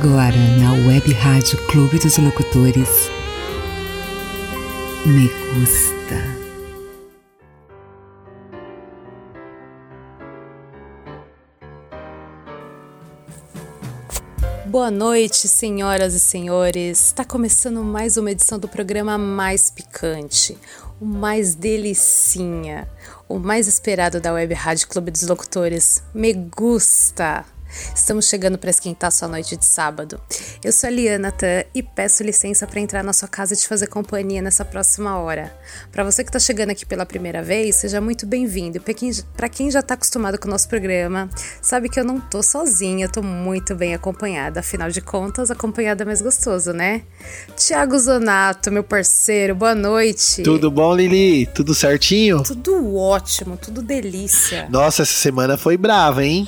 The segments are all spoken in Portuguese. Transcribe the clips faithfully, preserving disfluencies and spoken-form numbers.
Agora na Web Rádio Clube dos Locutores, Me Gusta. Boa noite, senhoras e senhores. Está começando mais uma edição do programa mais picante, o mais delicinha, o mais esperado da Web Rádio Clube dos Locutores, Me Gusta. Estamos chegando para esquentar sua noite de sábado. Eu sou a Liana Tan e peço licença para entrar na sua casa e te fazer companhia nessa próxima hora. Para você que está chegando aqui pela primeira vez, seja muito bem-vindo. Para quem já está acostumado com o nosso programa, sabe que eu não tô sozinha, eu tô muito bem acompanhada. Afinal de contas, acompanhada é mais gostoso, né? Thiago Zonato, meu parceiro, boa noite. Tudo bom, Lili? Tudo certinho? Tudo ótimo, tudo delícia. Nossa, essa semana foi brava, hein?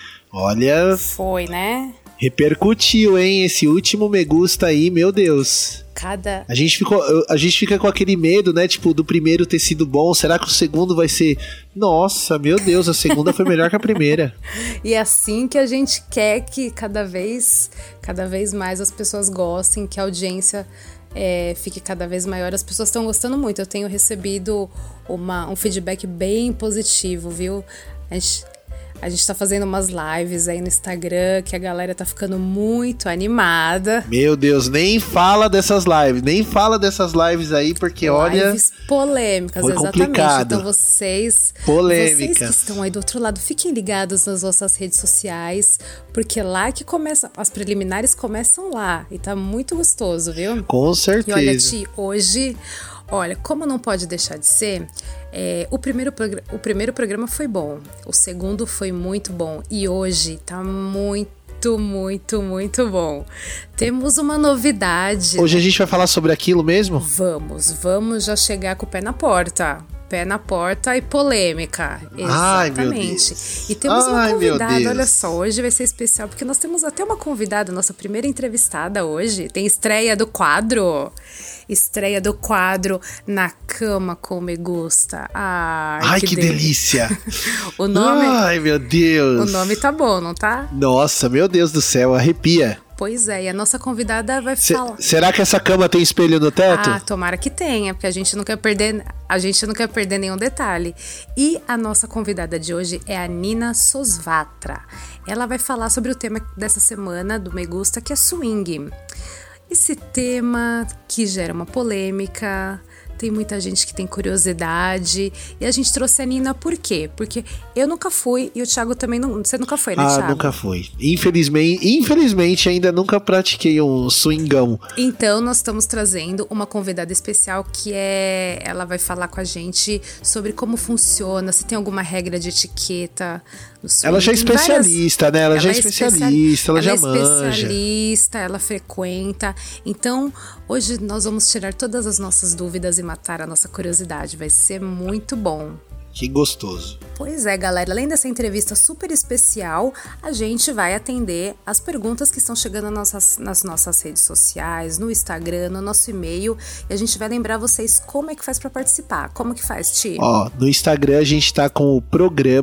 Olha... Foi, né? Repercutiu, hein? Esse último Me Gusta aí, meu Deus. Cada... A gente, ficou, a gente fica com aquele medo, né? Tipo, do primeiro ter sido bom. Será que o segundo vai ser... Nossa, meu Deus, a segunda foi melhor que a primeira. E é assim que a gente quer que cada vez, cada vez mais as pessoas gostem, que a audiência... É, fique cada vez maior. As pessoas estão gostando muito. Eu tenho recebido uma, um feedback bem positivo, viu? A gente, a gente tá fazendo umas lives aí no Instagram que a galera tá ficando muito animada. Meu Deus, nem fala dessas lives, nem fala dessas lives aí, porque lives olha... Lives polêmicas, foi exatamente. Complicado. Então vocês, Polêmicas. vocês que estão aí do outro lado, fiquem ligados nas nossas redes sociais, porque lá que começa, as preliminares começam lá, e tá muito gostoso, viu? Com certeza. E olha, Ti, hoje... Olha, como não pode deixar de ser, é, o, primeiro o primeiro programa foi bom, o segundo foi muito bom e hoje tá muito, muito, muito bom. Temos uma novidade. Hoje a gente vai falar sobre aquilo mesmo? Vamos, vamos já chegar com o pé na porta. Pé na porta e polêmica. Ai, exatamente. Meu Deus. E temos uma Ai, convidada, olha só, hoje vai ser especial, porque nós temos até uma convidada, nossa primeira entrevistada hoje. Tem estreia do quadro. Estreia do quadro Na Cama com Me Gusta. Ai, Ai que, que delícia. o nome, Ai, meu Deus. O nome tá bom, não tá? Nossa, meu Deus do céu, arrepia. Pois é, e a nossa convidada vai C- falar. Será que essa cama tem espelho no teto? Ah, tomara que tenha, porque a gente não quer perder, a gente não quer perder nenhum detalhe. E a nossa convidada de hoje é a Nina Sosvatra. Ela vai falar sobre o tema dessa semana do Me Gusta, que é swing. Esse tema que gera uma polêmica, tem muita gente que tem curiosidade, e a gente trouxe a Nina por quê? Porque eu nunca fui, e o Thiago também não, você nunca foi, né, ah, Thiago? Ah, nunca fui. Infelizmente, infelizmente ainda nunca pratiquei um swingão. Então nós estamos trazendo uma convidada especial que é, ela vai falar com a gente sobre como funciona, se tem alguma regra de etiqueta no swing. Ela já é especialista, várias... né? Ela, ela já é especialista, ela, ela já é manja. especialista, ela frequenta. Então, hoje nós vamos tirar todas as nossas dúvidas e matar a nossa curiosidade. Vai ser muito bom. Que gostoso. Pois é, galera. Além dessa entrevista super especial, a gente vai atender as perguntas que estão chegando nas nossas, nas nossas redes sociais, no Instagram, no nosso e-mail. E a gente vai lembrar vocês como é que faz para participar. Como que faz, Ti? Ó, no Instagram a gente tá com o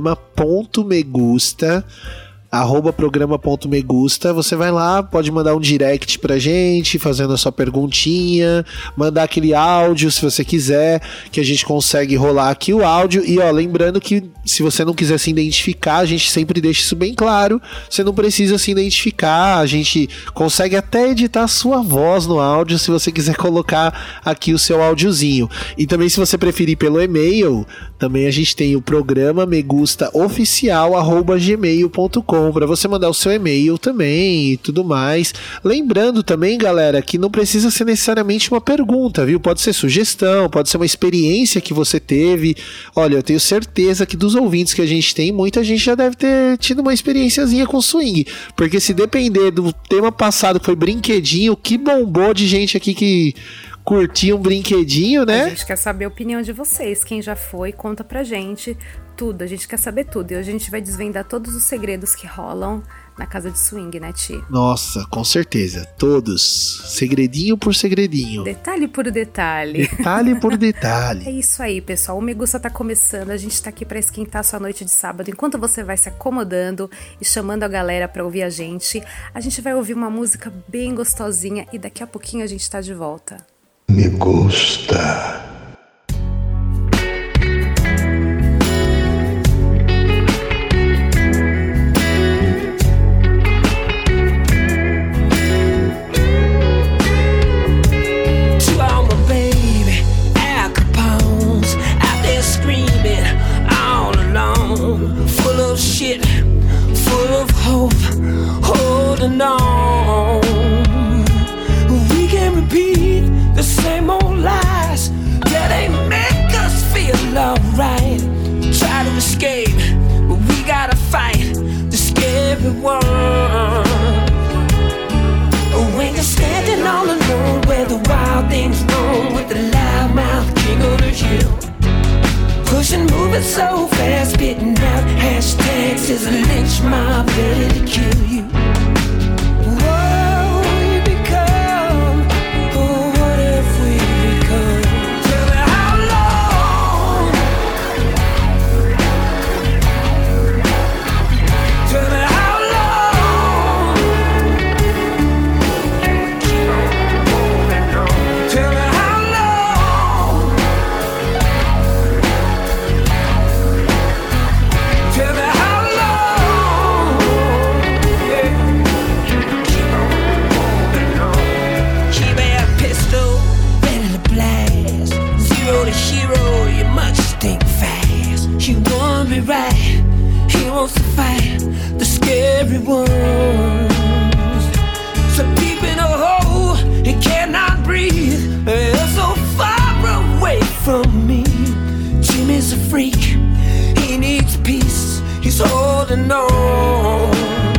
programa.megusta. arroba programa.megusta, você vai lá, pode mandar um direct pra gente, fazendo a sua perguntinha, mandar aquele áudio se você quiser, que a gente consegue rolar aqui o áudio, e ó, lembrando que se você não quiser se identificar, a gente sempre deixa isso bem claro, você não precisa se identificar, a gente consegue até editar a sua voz no áudio, se você quiser colocar aqui o seu áudiozinho, e também se você preferir pelo e-mail, também a gente tem o programa megustaoficial arroba gmail ponto com para você mandar o seu e-mail também e tudo mais. Lembrando também, galera, que não precisa ser necessariamente uma pergunta, viu? Pode ser sugestão, pode ser uma experiência que você teve. Olha, eu tenho certeza que dos ouvintes que a gente tem, muita gente já deve ter tido uma experiênciazinha com swing, porque se depender do tema passado que foi brinquedinho, que bombou de gente aqui que curtir um brinquedinho, né? A gente quer saber a opinião de vocês. Quem já foi, conta pra gente tudo. A gente quer saber tudo. E hoje a gente vai desvendar todos os segredos que rolam na casa de swing, né, Ti? Nossa, com certeza. Todos. Segredinho por segredinho. Detalhe por detalhe. Detalhe por detalhe. É isso aí, pessoal. O Me Gusta tá começando. A gente tá aqui pra esquentar sua noite de sábado. Enquanto você vai se acomodando e chamando a galera pra ouvir a gente, a gente vai ouvir uma música bem gostosinha e daqui a pouquinho a gente tá de volta. Me gusta. On. We can repeat the same old lies that they make us feel alright. Try to escape, but we gotta fight the scary one. When you're standing all alone where the wild things roam with the loudmouth king of the hill, pushing, moving so fast, spitting out hashtags as a lynch mob ready to kill you. Right, he wants to fight the scary ones. So deep in a hole, he cannot breathe. They're so far away from me. Jimmy's a freak, he needs peace. He's holding on.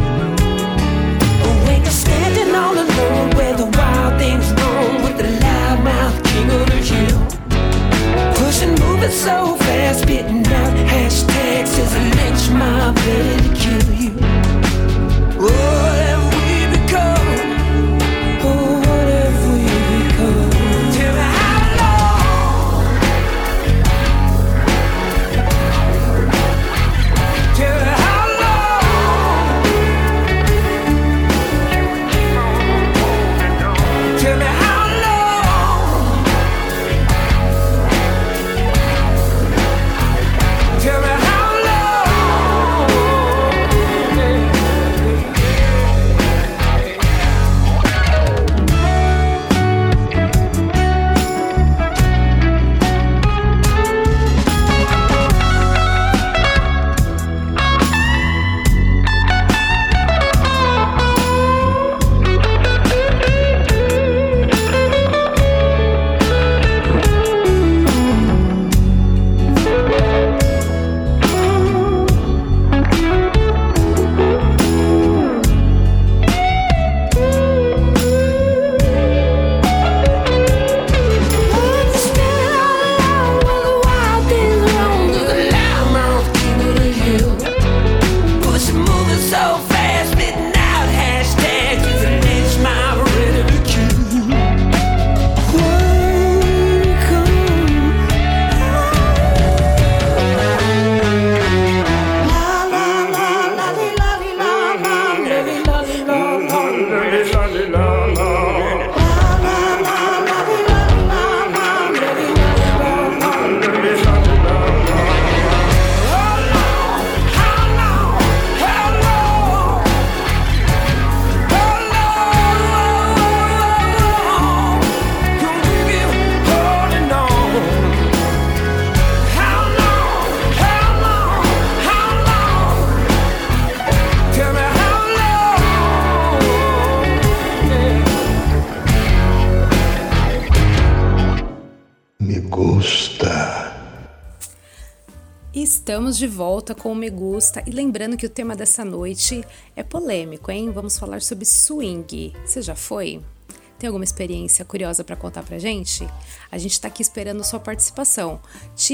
When you're standing all alone where the wild things roam with the loudmouth king of the hill, pushing, moving so fast, spitting out hashtags as a lynch mob ready to kill you. What have we become? Oh, what have we become? Tell me how long? Tell me how long? Tell me how Tell me how long? Estamos de volta com o Me Gusta e lembrando que o tema dessa noite é polêmico, hein? Vamos falar sobre swing. Você já foi? Tem alguma experiência curiosa para contar pra gente? A gente tá aqui esperando sua participação. Ti,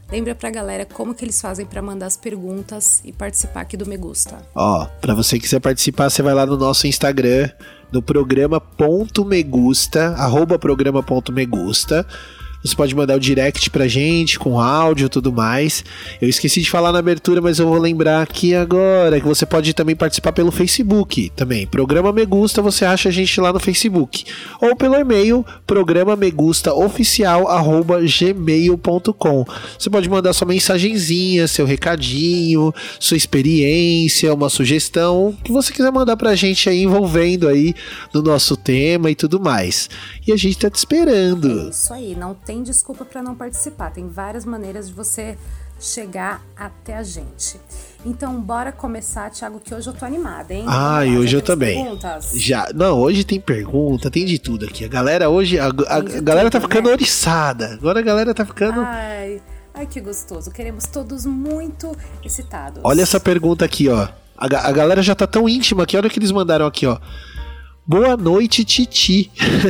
Lembra pra galera como que eles fazem pra mandar as perguntas e participar aqui do Me Gusta. Ó, pra você que quiser participar, você vai lá no nosso Instagram, no programa.megusta, arroba programa.megusta. Você pode mandar o direct pra gente, com áudio e tudo mais. Eu esqueci de falar na abertura, mas eu vou lembrar aqui agora, que você pode também participar pelo Facebook também. Programa Me Gusta, você acha a gente lá no Facebook. Ou pelo e-mail, programamegustaoficial arroba gmail ponto com. Você pode mandar sua mensagenzinha, seu recadinho, sua experiência, uma sugestão, o que você quiser mandar pra gente aí, envolvendo aí no nosso tema e tudo mais. E a gente tá te esperando. É isso aí, não tem desculpa para não participar. Tem várias maneiras de você chegar até a gente. Então, bora começar, Thiago, que hoje eu tô animada, hein? Ah, e hoje eu também. Perguntas? Já, não, hoje tem pergunta, tem de tudo aqui. A galera hoje, a, a, a galera tá ficando, né, oriçada. Agora a galera tá ficando... Ai, ai, que gostoso. Queremos todos muito excitados. Olha essa pergunta aqui, ó. A, a galera já tá tão íntima aqui, olha o que eles mandaram aqui, ó. Boa noite, Titi.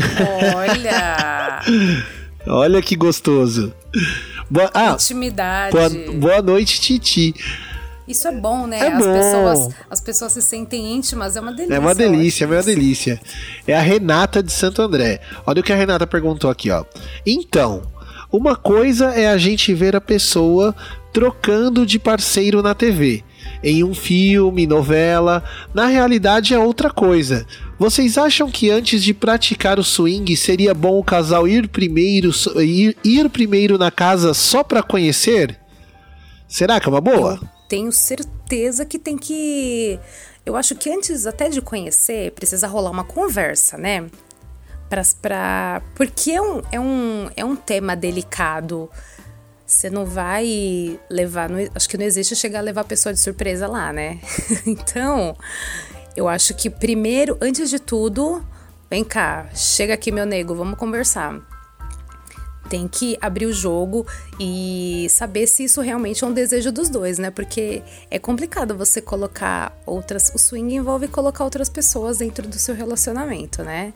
Olha... Olha que gostoso. Boa, ah, intimidade. Boa, boa noite, Titi. Isso é bom, né? É as, bom. Pessoas, as pessoas se sentem íntimas, é uma delícia. É uma delícia, é uma delícia. É a Renata de Santo André. Olha o que a Renata perguntou aqui, ó. Então, uma coisa é a gente ver a pessoa trocando de parceiro na T V, em um filme, novela. Na realidade é outra coisa. Vocês acham que antes de praticar o swing seria bom o casal ir primeiro, ir, ir primeiro na casa só pra conhecer? Será que é uma boa? Eu tenho certeza que tem que... Eu acho que antes até de conhecer, precisa rolar uma conversa, né? Pra, pra... Porque é um, é, um, é um tema delicado. Você não vai levar... Não, acho que não existe chegar a levar a pessoa de surpresa lá, né? Então... Eu acho que primeiro, antes de tudo, vem cá, chega aqui, meu nego, vamos conversar. Tem que abrir o jogo e saber se isso realmente é um desejo dos dois, né? Porque é complicado você colocar outras... O swing envolve colocar outras pessoas dentro do seu relacionamento, né?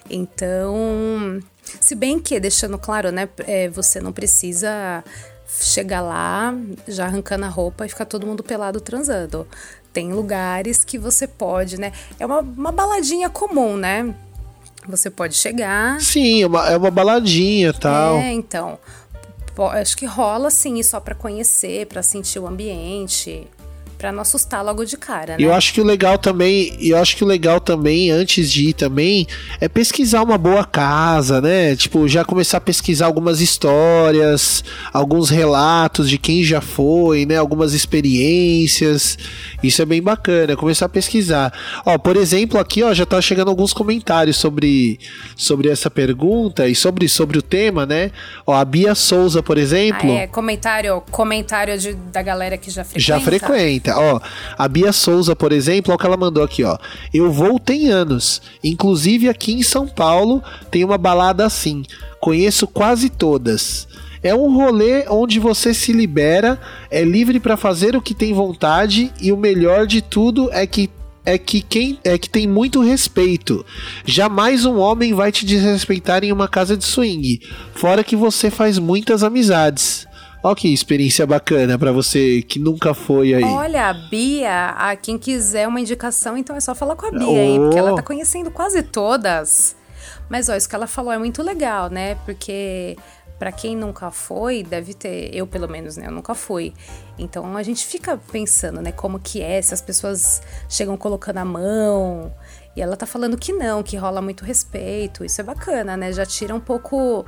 Então, se bem que, deixando claro, né? É, você não precisa chegar lá, já arrancando a roupa e ficar todo mundo pelado transando. Tem lugares que você pode, né? É uma, uma baladinha comum, né? Você pode chegar... Sim, é uma, é uma baladinha e tal. É, então. Po, acho que rola, sim, só pra conhecer, pra sentir o ambiente... Pra não assustar logo de cara, né? Eu acho que o legal também, eu acho que o legal também, antes de ir também, é pesquisar uma boa casa, né? Tipo, já começar a pesquisar algumas histórias, alguns relatos de quem já foi, né? Algumas experiências. Isso é bem bacana, começar a pesquisar. Ó, por exemplo, aqui, ó, já tá chegando alguns comentários sobre, sobre essa pergunta e sobre, sobre o tema, né? Ó, a Bia Souza, por exemplo... Ah, é, comentário, comentário de, da galera que já frequenta. Já frequenta. Ó, a Bia Souza, por exemplo, olha o que ela mandou aqui, ó. Eu vou tem anos. Inclusive aqui em São Paulo tem uma balada assim. Conheço quase todas. É um rolê onde você se libera, é livre pra fazer o que tem vontade e o melhor de tudo é que é que quem é que tem muito respeito. Jamais um homem vai te desrespeitar em uma casa de swing. Fora que você faz muitas amizades. Olha que experiência bacana pra você que nunca foi aí. Olha, a Bia, a quem quiser uma indicação, então é só falar com a Bia, oh. aí, porque ela tá conhecendo quase todas. Mas ó, isso que ela falou é muito legal, né? Porque pra quem nunca foi, deve ter, eu pelo menos, né? Eu nunca fui. Então a gente fica pensando, né? Como que é, se as pessoas chegam colocando a mão... E ela tá falando que não, que rola muito respeito. Isso é bacana, né? Já tira um pouco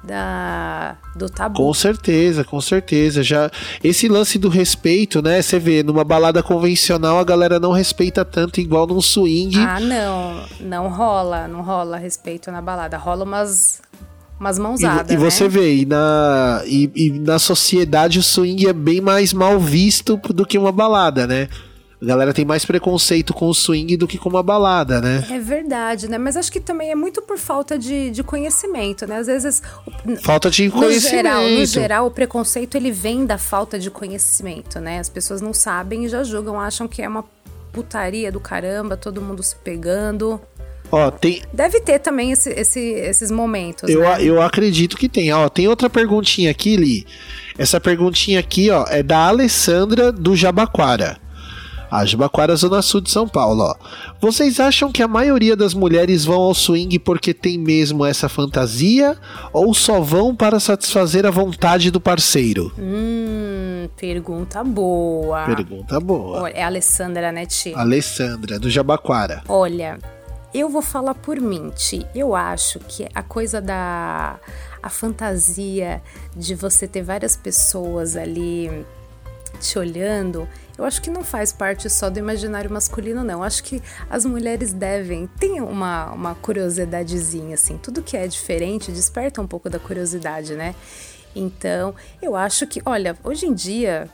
da, do tabu. Com certeza, com certeza. Já, esse lance do respeito, né? Você vê, numa balada convencional a galera não respeita tanto igual num swing. Ah, não. Não rola, não rola respeito na balada. Rola umas... umas mãozadas, e, e você né? vê, e na, e, e na sociedade o swing é bem mais mal visto do que uma balada, né? A galera tem mais preconceito com o swing do que com uma balada, né? É verdade, né? Mas acho que também é muito por falta de, de conhecimento, né? Às vezes... Falta de conhecimento. No geral, no geral, o preconceito, ele vem da falta de conhecimento, né? As pessoas não sabem e já julgam, acham que é uma putaria do caramba, todo mundo se pegando. Ó, tem... Deve ter também esse, esse, esses momentos, eu, né? eu acredito que tem. Ó, tem outra perguntinha aqui, Li. Essa perguntinha aqui, ó, é da Alessandra do Jabaquara. A Jabaquara, Zona Sul de São Paulo, ó. Vocês acham que a maioria das mulheres vão ao swing porque tem mesmo essa fantasia? Ou só vão para satisfazer a vontade do parceiro? Hum, pergunta boa. Pergunta boa. Olha, é a Alessandra, né, Ti? Alessandra, do Jabaquara. Olha, eu vou falar por mim, Ti. Eu acho que a coisa da... a fantasia de você ter várias pessoas ali te olhando, eu acho que não faz parte só do imaginário masculino, não. Eu acho que as mulheres devem... Tem uma, uma curiosidadezinha, assim. Tudo que é diferente desperta um pouco da curiosidade, né? Então, eu acho que... Olha, hoje em dia...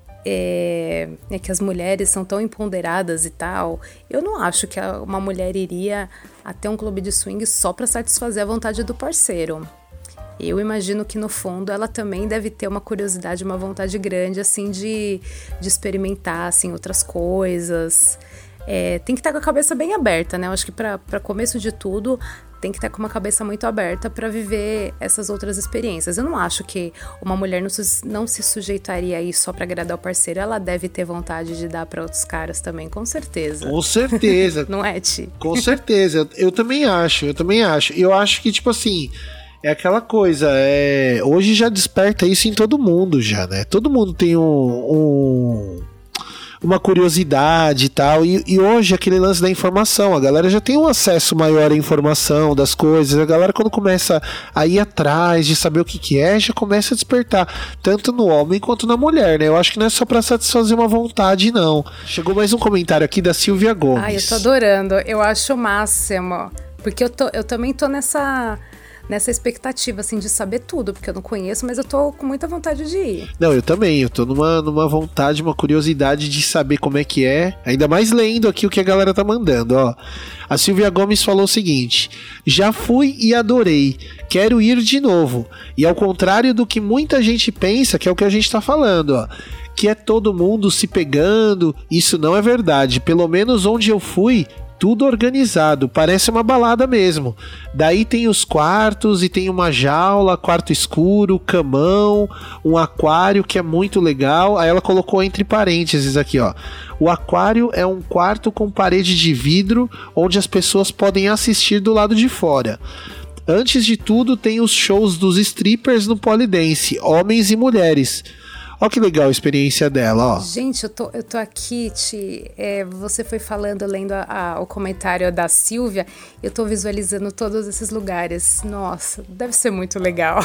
É, é que as mulheres são tão empoderadas e tal. Eu não acho que uma mulher iria até um clube de swing só para satisfazer a vontade do parceiro. Eu imagino que no fundo ela também deve ter uma curiosidade, uma vontade grande assim de, de experimentar assim, outras coisas. É, tem que estar com a cabeça bem aberta, né? Eu acho que para começo de tudo tem que estar com uma cabeça muito aberta para viver essas outras experiências. Eu não acho que uma mulher não se, não se sujeitaria aí só para agradar o parceiro. Ela deve ter vontade de dar para outros caras também, com certeza. Com certeza. Não é, Ti? Com certeza. Eu, eu também acho, eu também acho. Eu acho que, tipo assim... É aquela coisa, é... hoje já desperta isso em todo mundo já, né? Todo mundo tem um, um... uma curiosidade e tal, e, e hoje aquele lance da informação, a galera já tem um acesso maior à informação das coisas, a galera quando começa a ir atrás de saber o que que é, já começa a despertar, tanto no homem quanto na mulher, né? Eu acho que não é só pra satisfazer uma vontade, não. Chegou mais um comentário aqui da Silvia Gomes. Ai, eu tô adorando, eu acho o máximo, porque eu, tô, eu também tô nessa... nessa expectativa, assim, de saber tudo, porque eu não conheço, mas eu tô com muita vontade de ir. Não, eu também, eu tô numa, numa vontade, uma curiosidade de saber como é que é, ainda mais lendo aqui o que a galera tá mandando, ó. A Silvia Gomes falou o seguinte: já fui e adorei, quero ir de novo, e ao contrário do que muita gente pensa, que é o que a gente tá falando, ó, que é todo mundo se pegando, isso não é verdade, pelo menos onde eu fui, tudo organizado, parece uma balada mesmo. Daí tem os quartos e tem uma jaula, quarto escuro, camão, um aquário que é muito legal. Aí ela colocou entre parênteses aqui, ó. O aquário é um quarto com parede de vidro onde as pessoas podem assistir do lado de fora. Antes de tudo tem os shows dos strippers no Polydance, homens e mulheres. Olha que legal a experiência dela, ó. Gente, eu tô, eu tô aqui, Ti, é, você foi falando, lendo a, a, o comentário da Silvia, eu tô visualizando todos esses lugares. Nossa, deve ser muito legal.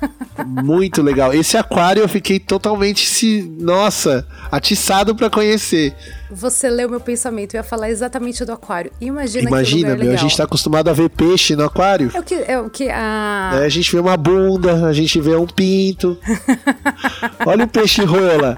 Muito legal. Esse aquário eu fiquei totalmente, se, nossa, atiçado pra conhecer. Você leu meu pensamento, eu ia falar exatamente do aquário. Imagina, Imagina, que lugar meu, legal. A gente tá acostumado a ver peixe no aquário. É o que, é o que a... É, a gente vê uma bunda, a gente vê um pinto. Olha o peixe rola.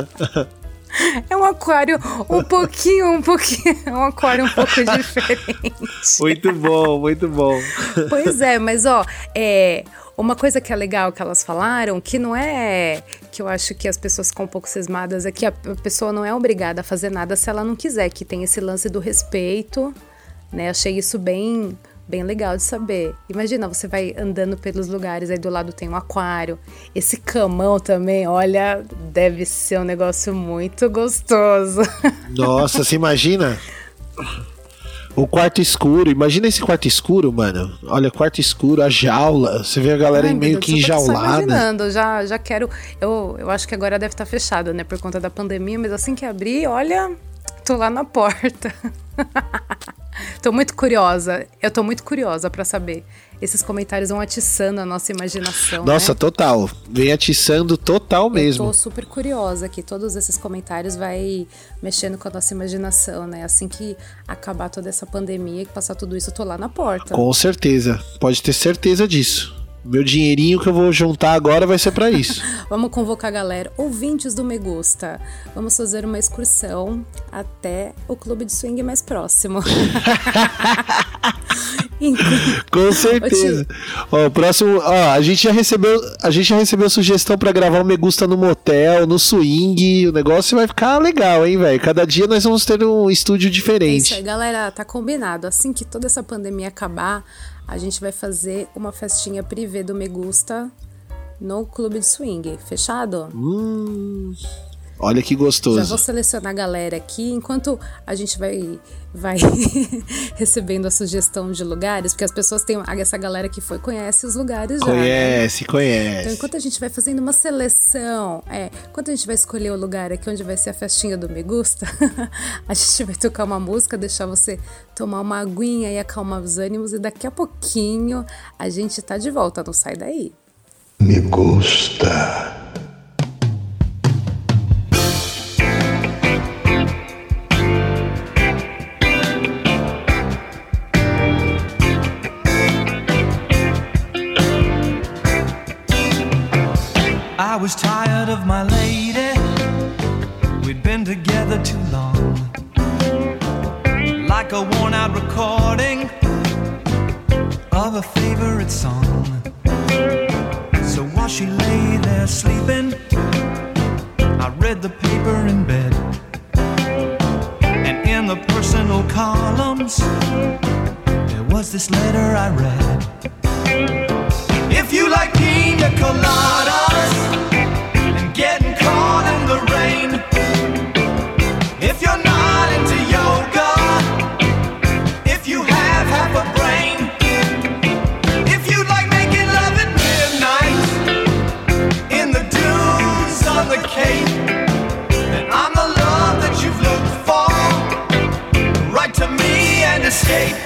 É um aquário um pouquinho, um pouquinho, é um aquário um pouco diferente. Muito bom, muito bom. Pois é, mas ó, é... Uma coisa que é legal que elas falaram, que não é... Que eu acho que as pessoas ficam um pouco cismadas, é que a pessoa não é obrigada a fazer nada se ela não quiser, que tem esse lance do respeito, né? Achei isso bem, bem legal de saber. Imagina, você vai andando pelos lugares, aí do lado tem um aquário. Esse camão também, olha, deve ser um negócio muito gostoso. Nossa, você imagina... O quarto escuro, imagina esse quarto escuro, mano. Olha, quarto escuro, a jaula. Você vê a galera Ai, meio Deus, que eu tô só enjaulada. imaginando, já, já quero. Eu, eu acho que agora deve estar fechado, né? Por conta da pandemia, mas assim que abrir, olha, tô lá na porta. Tô muito curiosa. Eu tô muito curiosa pra saber. Esses comentários vão atiçando a nossa imaginação. Nossa, né? total. Vem atiçando total mesmo. Eu tô super curiosa que todos esses comentários vai mexendo com a nossa imaginação, né? Assim que acabar toda essa pandemia, que passar tudo isso, eu tô lá na porta. Com certeza. Pode ter certeza disso. Meu dinheirinho que eu vou juntar agora vai ser pra isso. Vamos convocar a galera, ouvintes do Me Gusta. Vamos fazer uma excursão até o clube de swing mais próximo. Com certeza. Ó, o próximo, ó, a gente já recebeu, a gente já recebeu sugestão pra gravar o Me Gusta no motel, no swing. O negócio vai ficar legal, hein, velho? Cada dia nós vamos ter um estúdio diferente. É isso aí, galera, tá combinado. Assim que toda essa pandemia acabar, a gente vai fazer uma festinha privê do Me Gusta no Clube de Swing. Fechado? Hum... Olha que gostoso. Já vou selecionar a galera aqui, enquanto a gente vai, vai recebendo a sugestão de lugares, porque as pessoas têm, essa galera que foi, conhece os lugares já. Conhece, né? conhece. Então, enquanto a gente vai fazendo uma seleção, é, enquanto a gente vai escolher o lugar aqui onde vai ser a festinha do Me Gusta, a gente vai tocar uma música, deixar você tomar uma aguinha e acalmar os ânimos, e daqui a pouquinho a gente tá de volta, não sai daí. Me gusta. I was tired of my lady, we'd been together too long, like a worn out recording of a favorite song. So while she lay there sleeping, I read the paper in bed, and in the personal columns there was this letter I read. If you like pina coladas and getting caught in the rain, if you're not into yoga, if you have half a brain, if you like making love at midnight in the dunes on the Cape, then I'm the love that you've looked for. Write to me and escape.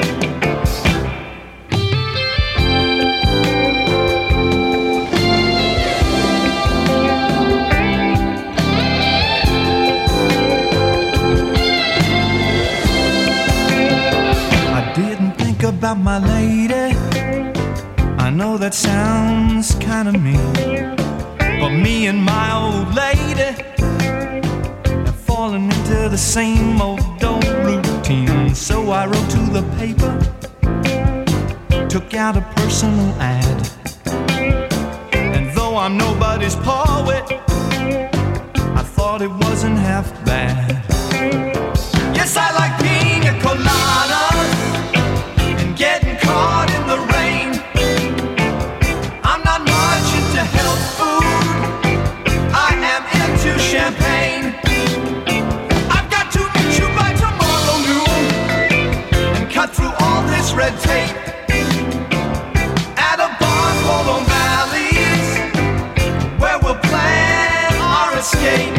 About my lady, I know that sounds kinda mean, but me and my old lady have fallen into the same old old routine. So I wrote to the paper, took out a personal ad, and though I'm nobody's poet, I thought it wasn't half bad. Yes, I like pina coladas, getting caught in the rain. I'm not much into health food, I am into champagne. I've got to meet you by tomorrow noon and cut through all this red tape at a bar called O'Malley's, where we'll plan our escape.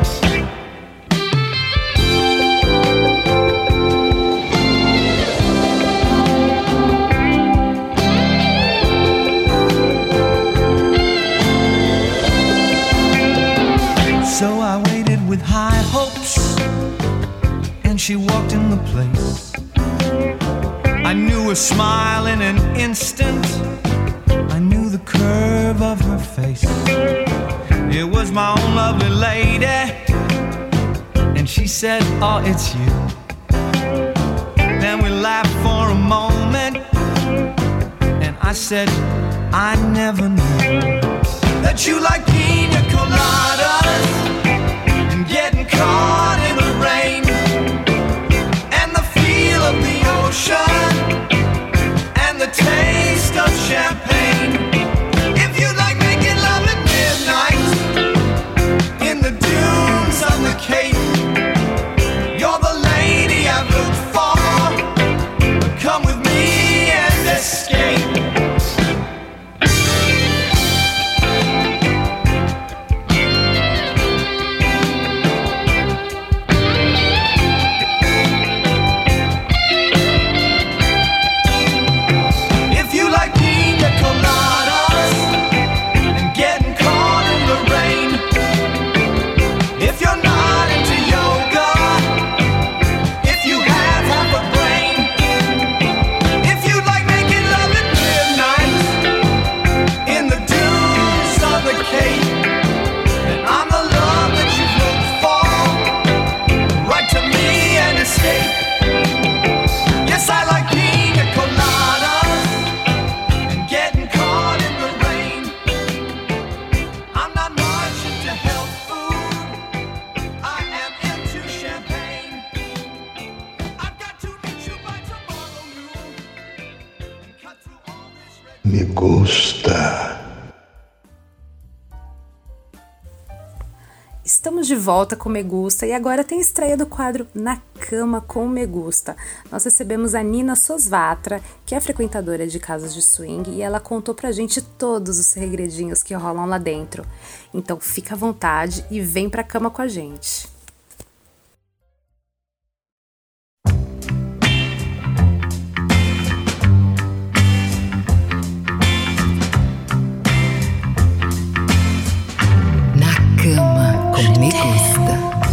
So I waited with high hopes, and she walked in the place. I knew her smile in an instant, I knew the curve of her face. It was my own lovely lady, and she said, oh, it's you. Then we laughed for a moment, and I said, I never knew that you like pina coladas and getting caught in the rain, and the feel of the ocean and the taste of champagne. If you like making love at midnight in the dunes on the Cape, you're the lady I've looked for. Come with me and escape. Me gusta. Estamos de volta com o Me Gusta e agora tem estreia do quadro Na Cama com o Me Gusta. Nós recebemos a Nina Sosvatra, que é frequentadora de casas de swing, e ela contou pra gente todos os segredinhos que rolam lá dentro. Então fica à vontade e vem pra cama com a gente. Me gusta.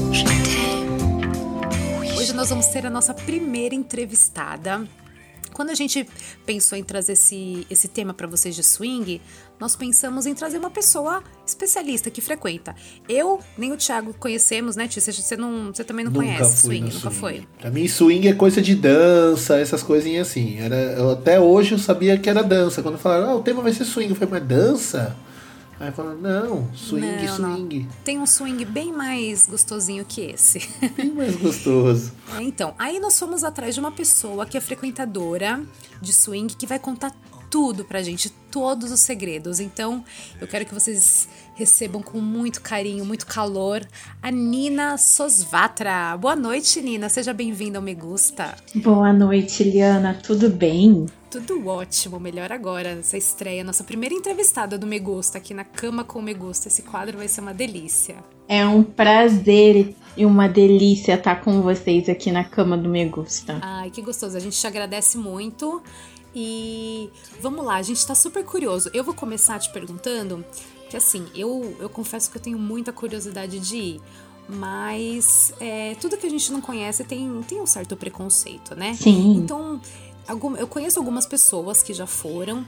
Hoje nós vamos ter a nossa primeira entrevistada. Quando a gente pensou em trazer esse, esse tema para vocês de swing, nós pensamos em trazer uma pessoa especialista que frequenta. Eu nem o Thiago conhecemos, né, Tio? Você, você, não, você também não nunca conhece swing, swing, nunca foi. Pra mim, swing é coisa de dança, essas coisinhas assim. Era, eu, até hoje eu sabia que era dança. Quando falaram, ah, o tema vai ser swing, eu falei, mas dança? Aí falaram, não, swing, não, swing. Não. Tem um swing bem mais gostosinho que esse. Bem mais gostoso. É, então, aí nós fomos atrás de uma pessoa que é frequentadora de swing, que vai contar tudo pra gente, todos os segredos. Então, eu quero que vocês recebam com muito carinho, muito calor, a Nina Sosvatra. Boa noite, Nina. Seja bem-vinda ao Me Gusta. Boa noite, Liana. Tudo bem? Tudo ótimo, melhor agora, essa estreia, nossa primeira entrevistada do Me Gusta, aqui na Cama com o Me Gusta. Esse quadro vai ser uma delícia. É um prazer e uma delícia estar com vocês aqui na Cama do Me Gusta. Ai, que gostoso, a gente te agradece muito. E vamos lá, a gente tá super curioso. Eu vou começar te perguntando, que assim, eu, eu confesso que eu tenho muita curiosidade de ir, mas é, tudo que a gente não conhece tem, tem um certo preconceito, né? Sim. Então, eu conheço algumas pessoas que já foram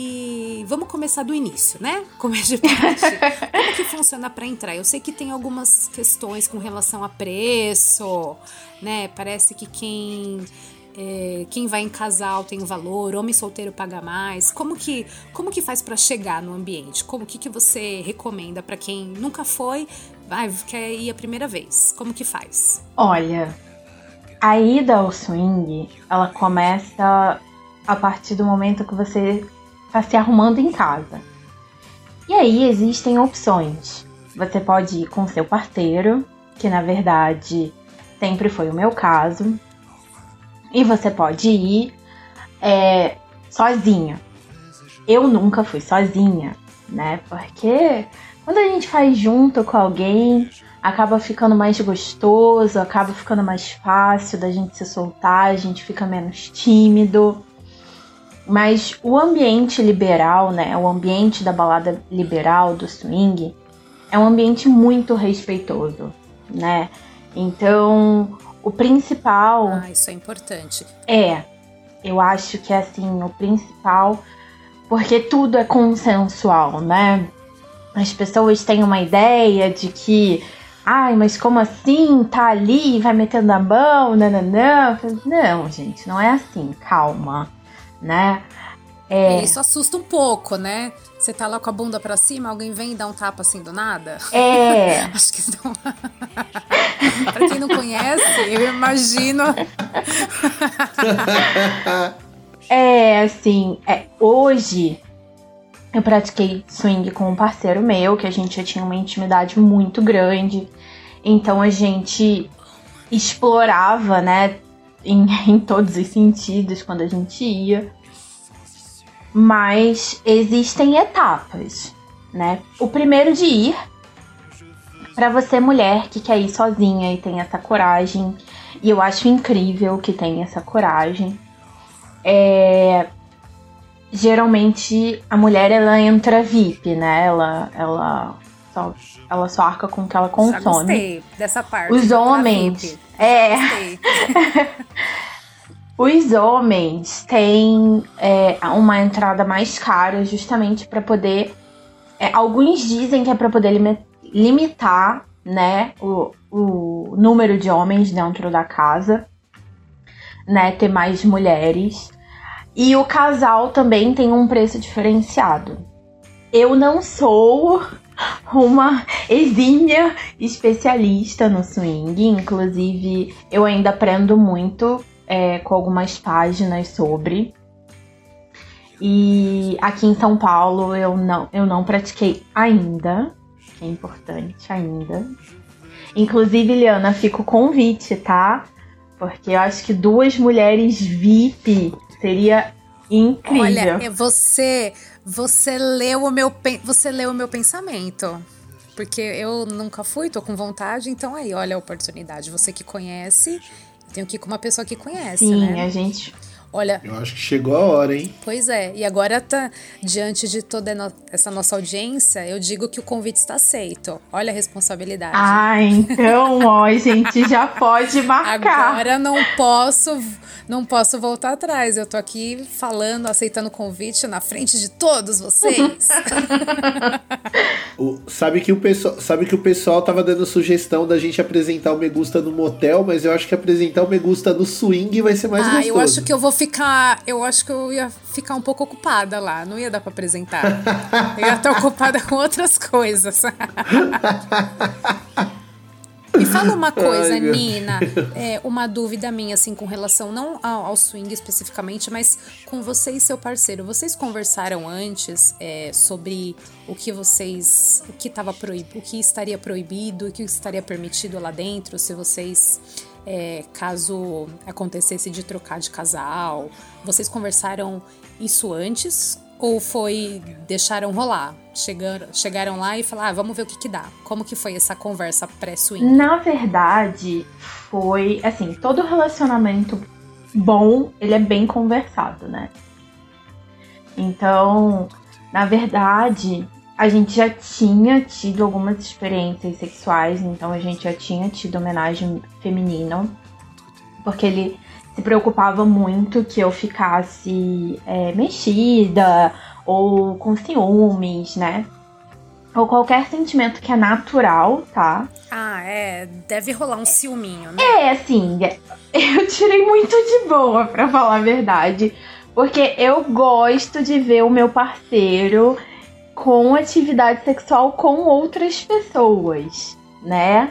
e vamos começar do início, né? Começo de parte. Como que funciona para entrar? Eu sei que tem algumas questões com relação a preço, né? Parece que quem... É, quem vai em casal tem um valor, homem solteiro paga mais. Como que, como que faz para chegar no ambiente? Como que, que você recomenda para quem nunca foi, vai, quer ir a primeira vez? Como que faz? Olha, a ida ao swing, ela começa a partir do momento que você está se arrumando em casa. E aí existem opções. Você pode ir com seu parceiro, que na verdade sempre foi o meu caso. E você pode ir é, sozinha. Eu nunca fui sozinha, né? Porque quando a gente faz junto com alguém, acaba ficando mais gostoso, acaba ficando mais fácil da gente se soltar, a gente fica menos tímido. Mas o ambiente liberal, né? O ambiente da balada liberal, do swing, é um ambiente muito respeitoso, né? Então... O principal... Ah, isso é importante. É, eu acho que é assim, o principal, porque tudo é consensual, né? As pessoas têm uma ideia de que, ai, mas como assim? Tá ali, vai metendo a mão, nananã. Não, gente, não é assim, calma, né? É... Isso assusta um pouco, né? Você tá lá com a bunda pra cima, alguém vem e dá um tapa assim do nada? É. Acho que não. Pra quem não conhece, eu imagino. É, assim, é, hoje eu pratiquei swing com um parceiro meu, que a gente já tinha uma intimidade muito grande. Então a gente explorava, né, em, em todos os sentidos quando a gente ia. Mas existem etapas, né? O primeiro de ir, para você mulher que quer ir sozinha e tem essa coragem, e eu acho incrível que tem essa coragem, é... geralmente a mulher ela entra V I P, né? Ela, ela, só, ela só arca com o que ela consome. Já gostei dessa parte. Os homens... É... Os homens têm é, uma entrada mais cara justamente para poder... É, alguns dizem que é para poder lim- limitar, né, o, o número de homens dentro da casa, né, ter mais mulheres. E o casal também tem um preço diferenciado. Eu não sou uma exímia especialista no swing, inclusive eu ainda aprendo muito... É, com algumas páginas sobre. E aqui em São Paulo eu não, eu não pratiquei ainda, que é importante ainda. Inclusive, Liana, fica o convite, tá? Porque eu acho que duas mulheres V I P seria incrível. Olha, você, você leu o meu, você leu o meu pensamento. Porque eu nunca fui, tô com vontade, então aí, olha a oportunidade. Você que conhece, tenho que ir com uma pessoa que conhece, Sim, né? Sim, a gente... Olha, eu acho que chegou a hora, hein? Pois é, e agora tá diante de toda no- essa nossa audiência, eu digo que o convite está aceito. Olha a responsabilidade. Ah, então, ó, a gente já pode marcar. Agora não posso, não posso voltar atrás. Eu tô aqui falando, aceitando o convite na frente de todos vocês. o, sabe, que o pessoal, sabe que o pessoal tava dando sugestão da gente apresentar o Me Gusta no motel, mas eu acho que apresentar o Me Gusta no swing vai ser mais ah, gostoso. Eu acho que eu vou ficar. Eu acho que eu ia ficar um pouco ocupada lá. Não ia dar pra apresentar. Eu ia estar ocupada com outras coisas. Me fala uma coisa, Ai, Nina, é, uma dúvida minha, assim, com relação não ao, ao swing especificamente, mas com você e seu parceiro. Vocês conversaram antes é, sobre o que vocês, o que estava proibido, o que estaria proibido, o que estaria permitido lá dentro, se vocês, é, caso acontecesse de trocar de casal, vocês conversaram isso antes? Ou foi, deixaram rolar? Chegaram, chegaram lá e falaram, ah, vamos ver o que que dá. Como que foi essa conversa pré-swing? Na verdade, foi, assim, todo relacionamento bom, ele é bem conversado, né? Então, na verdade, a gente já tinha tido algumas experiências sexuais, então a gente já tinha tido homenagem feminina, porque ele se preocupava muito que eu ficasse é, mexida ou com ciúmes, né? Ou qualquer sentimento que é natural, tá? Ah, é. Deve rolar um ciúminho, né? É, assim, eu tirei muito de boa, pra falar a verdade. Porque eu gosto de ver o meu parceiro com atividade sexual com outras pessoas, né?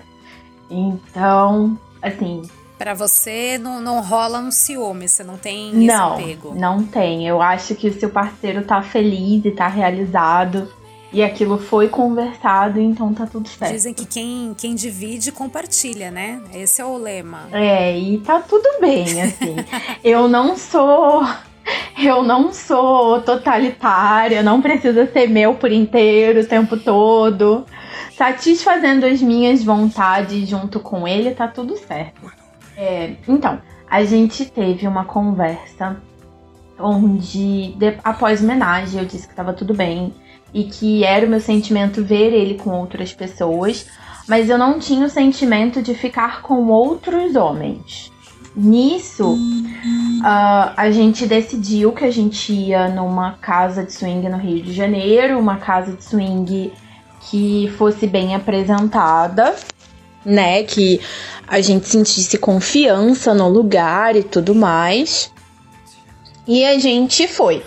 Então, assim... Pra você não, não rola um ciúme, você não tem esse não, apego. Não tem. Eu acho que o seu parceiro tá feliz e tá realizado. E aquilo foi conversado, então tá tudo certo. Dizem que quem, quem divide, compartilha, né? Esse é o lema. É, e tá tudo bem, assim. Eu não sou... Eu não sou totalitária, não precisa ser meu por inteiro o tempo todo. Satisfazendo as minhas vontades junto com ele, tá tudo certo. É, então, a gente teve uma conversa onde, de, após homenagem, eu disse que tava tudo bem e que era o meu sentimento ver ele com outras pessoas, mas eu não tinha o sentimento de ficar com outros homens. Nisso, uh, a gente decidiu que a gente ia numa casa de swing no Rio de Janeiro, uma casa de swing que fosse bem apresentada, né, que a gente sentisse confiança no lugar e tudo mais. E a gente foi.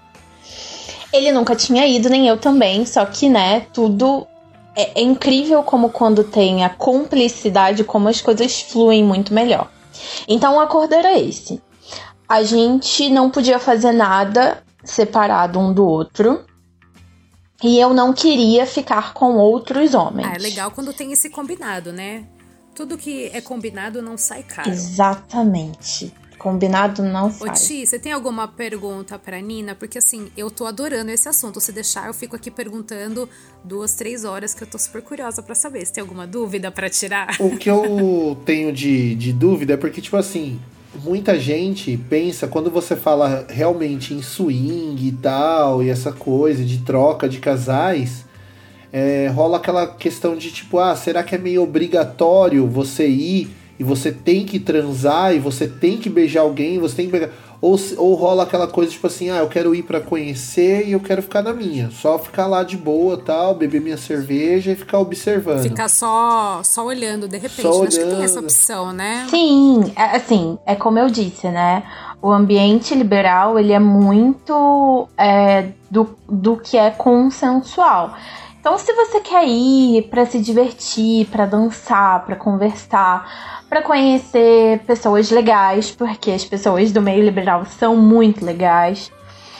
Ele nunca tinha ido, nem eu também, só que, né, tudo... É, é incrível como quando tem a cumplicidade, como as coisas fluem muito melhor. Então o acordo era esse. A gente não podia fazer nada separado um do outro. E eu não queria ficar com outros homens. Ah, é legal quando tem esse combinado, né? Tudo que é combinado não sai caro. Exatamente. Combinado não sai. Ô Ti, você tem alguma pergunta pra Nina? Porque assim, eu tô adorando esse assunto. Se deixar, eu fico aqui perguntando duas, três horas, que eu tô super curiosa pra saber. Se tem alguma dúvida pra tirar? O que eu tenho de, de dúvida é porque, tipo assim, muita gente pensa, quando você fala realmente em swing e tal, e essa coisa de troca de casais, é, rola aquela questão de tipo, ah, será que é meio obrigatório você ir e você tem que transar e você tem que beijar alguém, você tem que pegar... Ou, ou rola aquela coisa tipo assim, ah, eu quero ir pra conhecer e eu quero ficar na minha, só ficar lá de boa, tal, beber minha cerveja e ficar observando. Ficar só, só olhando, de repente. Só Acho olhando. que tem essa opção, né? Sim, é, assim, é como eu disse, né? O ambiente liberal, ele é muito é, do, do que é consensual. Então, se você quer ir pra se divertir, pra dançar, pra conversar, pra conhecer pessoas legais, porque as pessoas do meio liberal são muito legais,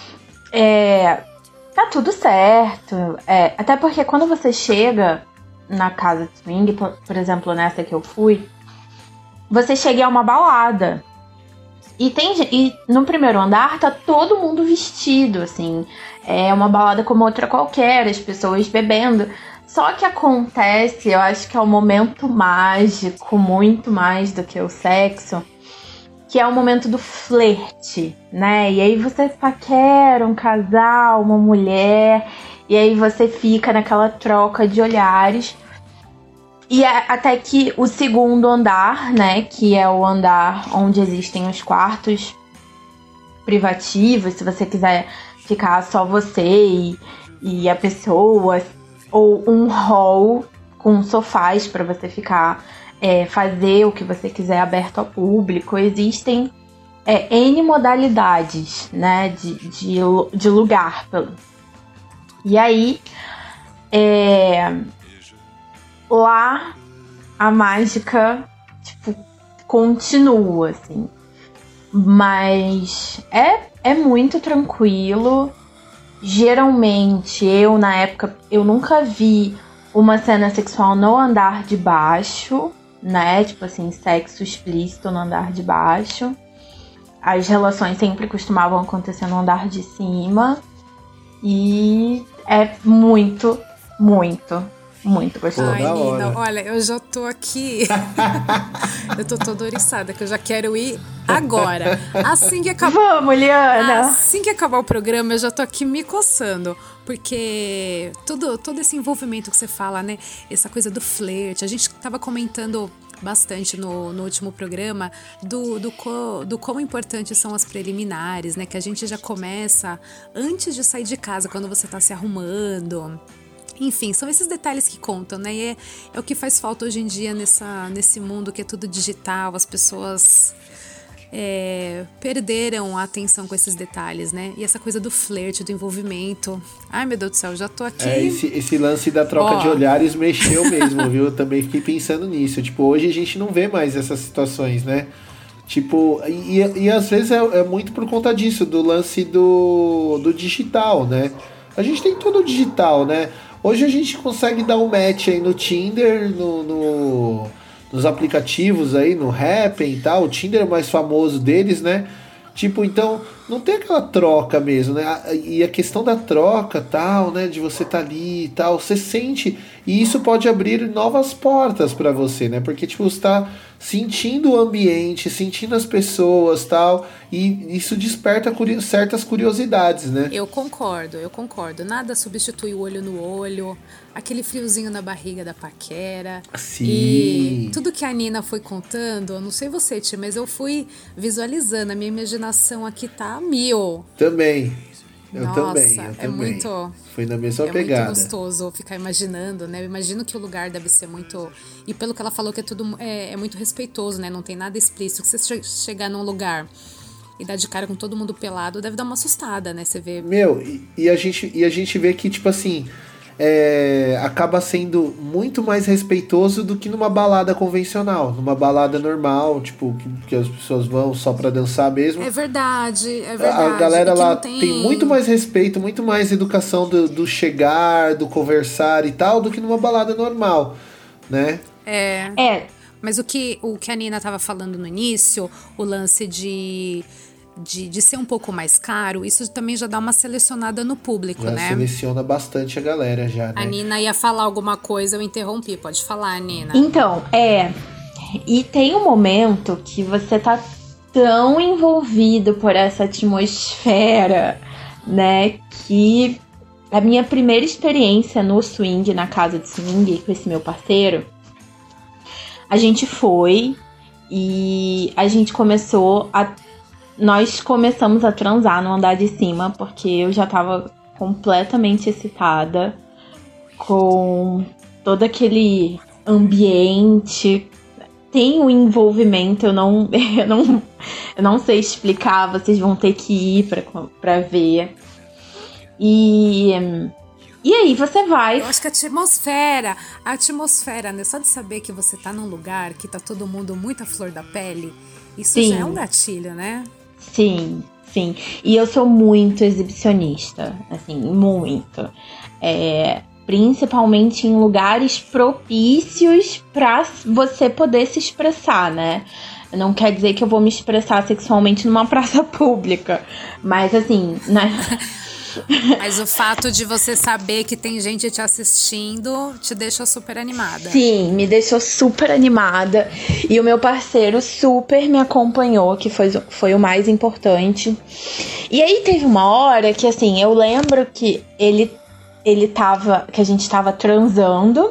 é, tá tudo certo. É, até porque quando você chega na casa de swing, por, por exemplo, nessa que eu fui, você chega a uma balada. E, tem, e no primeiro andar tá todo mundo vestido, assim. É uma balada como outra qualquer, as pessoas bebendo. Só que acontece, eu acho que é o momento mágico, muito mais do que o sexo, que é o momento do flerte, né? E aí você paquera um casal, uma mulher, e aí você fica naquela troca de olhares. E é até que o segundo andar, né, que é o andar onde existem os quartos privativos, se você quiser ficar só você e, e a pessoa, ou um hall com sofás para você ficar, é, fazer o que você quiser aberto ao público. Existem é, N modalidades, né, de, de, de lugar. E aí, é... lá a mágica, tipo, continua, assim. Mas é, é muito tranquilo. Geralmente, eu na época, eu nunca vi uma cena sexual no andar de baixo, né? Tipo assim, sexo explícito no andar de baixo. As relações sempre costumavam acontecer no andar de cima. E é muito, muito muito gostoso. Ai, Nina, olha, eu já tô aqui. Eu tô toda oriçada, que eu já quero ir agora. Assim que acabar. Vamos, Liana! Assim que acabar o programa, eu já tô aqui me coçando. Porque tudo, todo esse envolvimento que você fala, né? Essa coisa do flerte. A gente tava comentando bastante no, no último programa do, do, co, do quão importantes são as preliminares, né? Que a gente já começa antes de sair de casa, quando você tá se arrumando. Enfim, são esses detalhes que contam, né? E é, é o que faz falta hoje em dia nessa, nesse mundo que é tudo digital. As pessoas é, perderam a atenção com esses detalhes, né? E essa coisa do flerte, do envolvimento. Ai, meu Deus do céu, já tô aqui... É, esse, esse lance da troca oh. de olhares mexeu mesmo, viu? Eu também fiquei pensando nisso. Tipo, hoje a gente não vê mais essas situações, né? Tipo, e, e às vezes é, é muito por conta disso, do lance do, do digital, né? A gente tem tudo digital, né? Hoje a gente consegue dar um match aí no Tinder, no, no, nos aplicativos aí, no Happn e tal. O Tinder é o mais famoso deles, né? Tipo, então, não tem aquela troca mesmo, né? E a questão da troca, tal, né? De você tá ali e tal, você sente... E isso pode abrir novas portas pra você, né? Porque, tipo, você tá sentindo o ambiente, sentindo as pessoas, tal, e isso desperta curi- certas curiosidades, né? Eu concordo, eu concordo. Nada substitui o olho no olho, aquele friozinho na barriga da paquera. Sim. E tudo que a Nina foi contando, eu não sei você, Tia, mas eu fui visualizando, a minha imaginação aqui tá a mil. Também. Eu Nossa, também, eu é também. muito... Foi na mesma é pegada. É muito gostoso ficar imaginando, né? Eu imagino que o lugar deve ser muito... E pelo que ela falou, que é tudo é, é muito respeitoso, né? Não tem nada explícito. Que você che- chegar num lugar e dar de cara com todo mundo pelado, deve dar uma assustada, né? Você vê... Meu, e, e, a, gente, e a gente vê que, tipo assim... É, acaba sendo muito mais respeitoso do que numa balada convencional, numa balada normal, tipo, que, que as pessoas vão só pra dançar mesmo. É verdade, é verdade. A galera lá tem... tem muito mais respeito, muito mais educação do, do chegar, do conversar e tal, do que numa balada normal, né? É. É. Mas o que, o que a Nina tava falando no início, o lance de... De, de ser um pouco mais caro, isso também já dá uma selecionada no público, já né? Seleciona bastante a galera já, né? A Nina ia falar alguma coisa, eu interrompi. Pode falar, Nina. Então, é... E tem um momento que você tá tão envolvido por essa atmosfera, né? Que a minha primeira experiência no swing, na casa de swing, com esse meu parceiro, a gente foi e a gente começou a... Nós começamos a transar no andar de cima, porque eu já tava completamente excitada com todo aquele ambiente. Tem um envolvimento, eu não, eu não, eu não sei explicar, vocês vão ter que ir pra, pra ver. E, e aí você vai... Eu acho que a atmosfera, a atmosfera, né? Só de saber que você tá num lugar que tá todo mundo muito à flor da pele, isso Sim. já é um gatilho, né? Sim, Sim, e eu sou muito exibicionista, assim, muito. É, principalmente em lugares propícios pra você poder se expressar, né? Não quer dizer que eu vou me expressar sexualmente numa praça pública, mas assim, né? Mas o fato de você saber que tem gente te assistindo te deixa super animada. Sim, me deixou super animada. E o meu parceiro super me acompanhou, que foi, foi o mais importante. E aí teve uma hora que, assim, eu lembro que ele, ele tava, que a gente tava transando.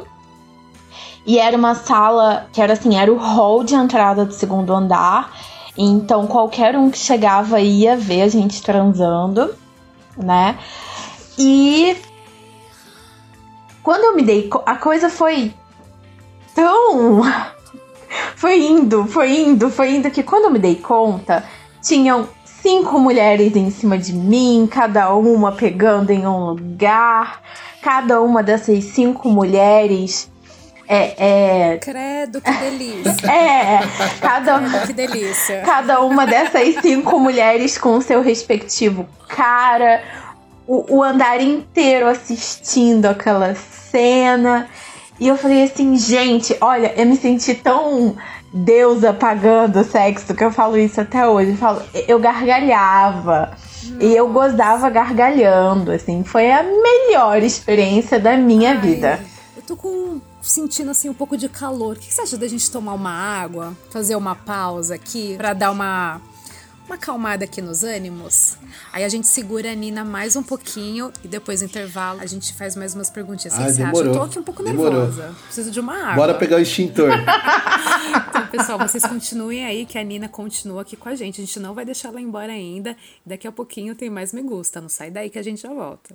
E era uma sala que era assim, era o hall de entrada do segundo andar. Então qualquer um que chegava ia ver a gente transando, né? E quando eu me dei... A coisa foi tão... Foi indo, foi indo, foi indo, que quando eu me dei conta, tinham cinco mulheres em cima de mim, cada uma pegando em um lugar. Cada uma dessas cinco mulheres... É, é... Credo, que delícia. É, cada, Credo, que delícia. Cada uma dessas cinco mulheres com o seu respectivo cara, o, o andar inteiro assistindo aquela cena. E eu falei assim, gente, olha, eu me senti tão deusa pagando sexo, que eu falo isso até hoje. Eu, falo, eu gargalhava. Nossa. E eu gozava gargalhando, assim. Foi a melhor experiência da minha Ai, vida. Eu tô com... sentindo assim um pouco de calor. O que você acha da gente tomar uma água, fazer uma pausa aqui pra dar uma uma acalmada aqui nos ânimos? Aí a gente segura a Nina mais um pouquinho e depois do intervalo a gente faz mais umas perguntinhas. O que você acha? Eu tô aqui um pouco demorou. nervosa. Preciso de uma água. Bora pegar o extintor. Então, pessoal, vocês continuem aí que a Nina continua aqui com a gente. A gente não vai deixar ela embora ainda. Daqui a pouquinho tem mais Me Gusta. Não sai daí que a gente já volta.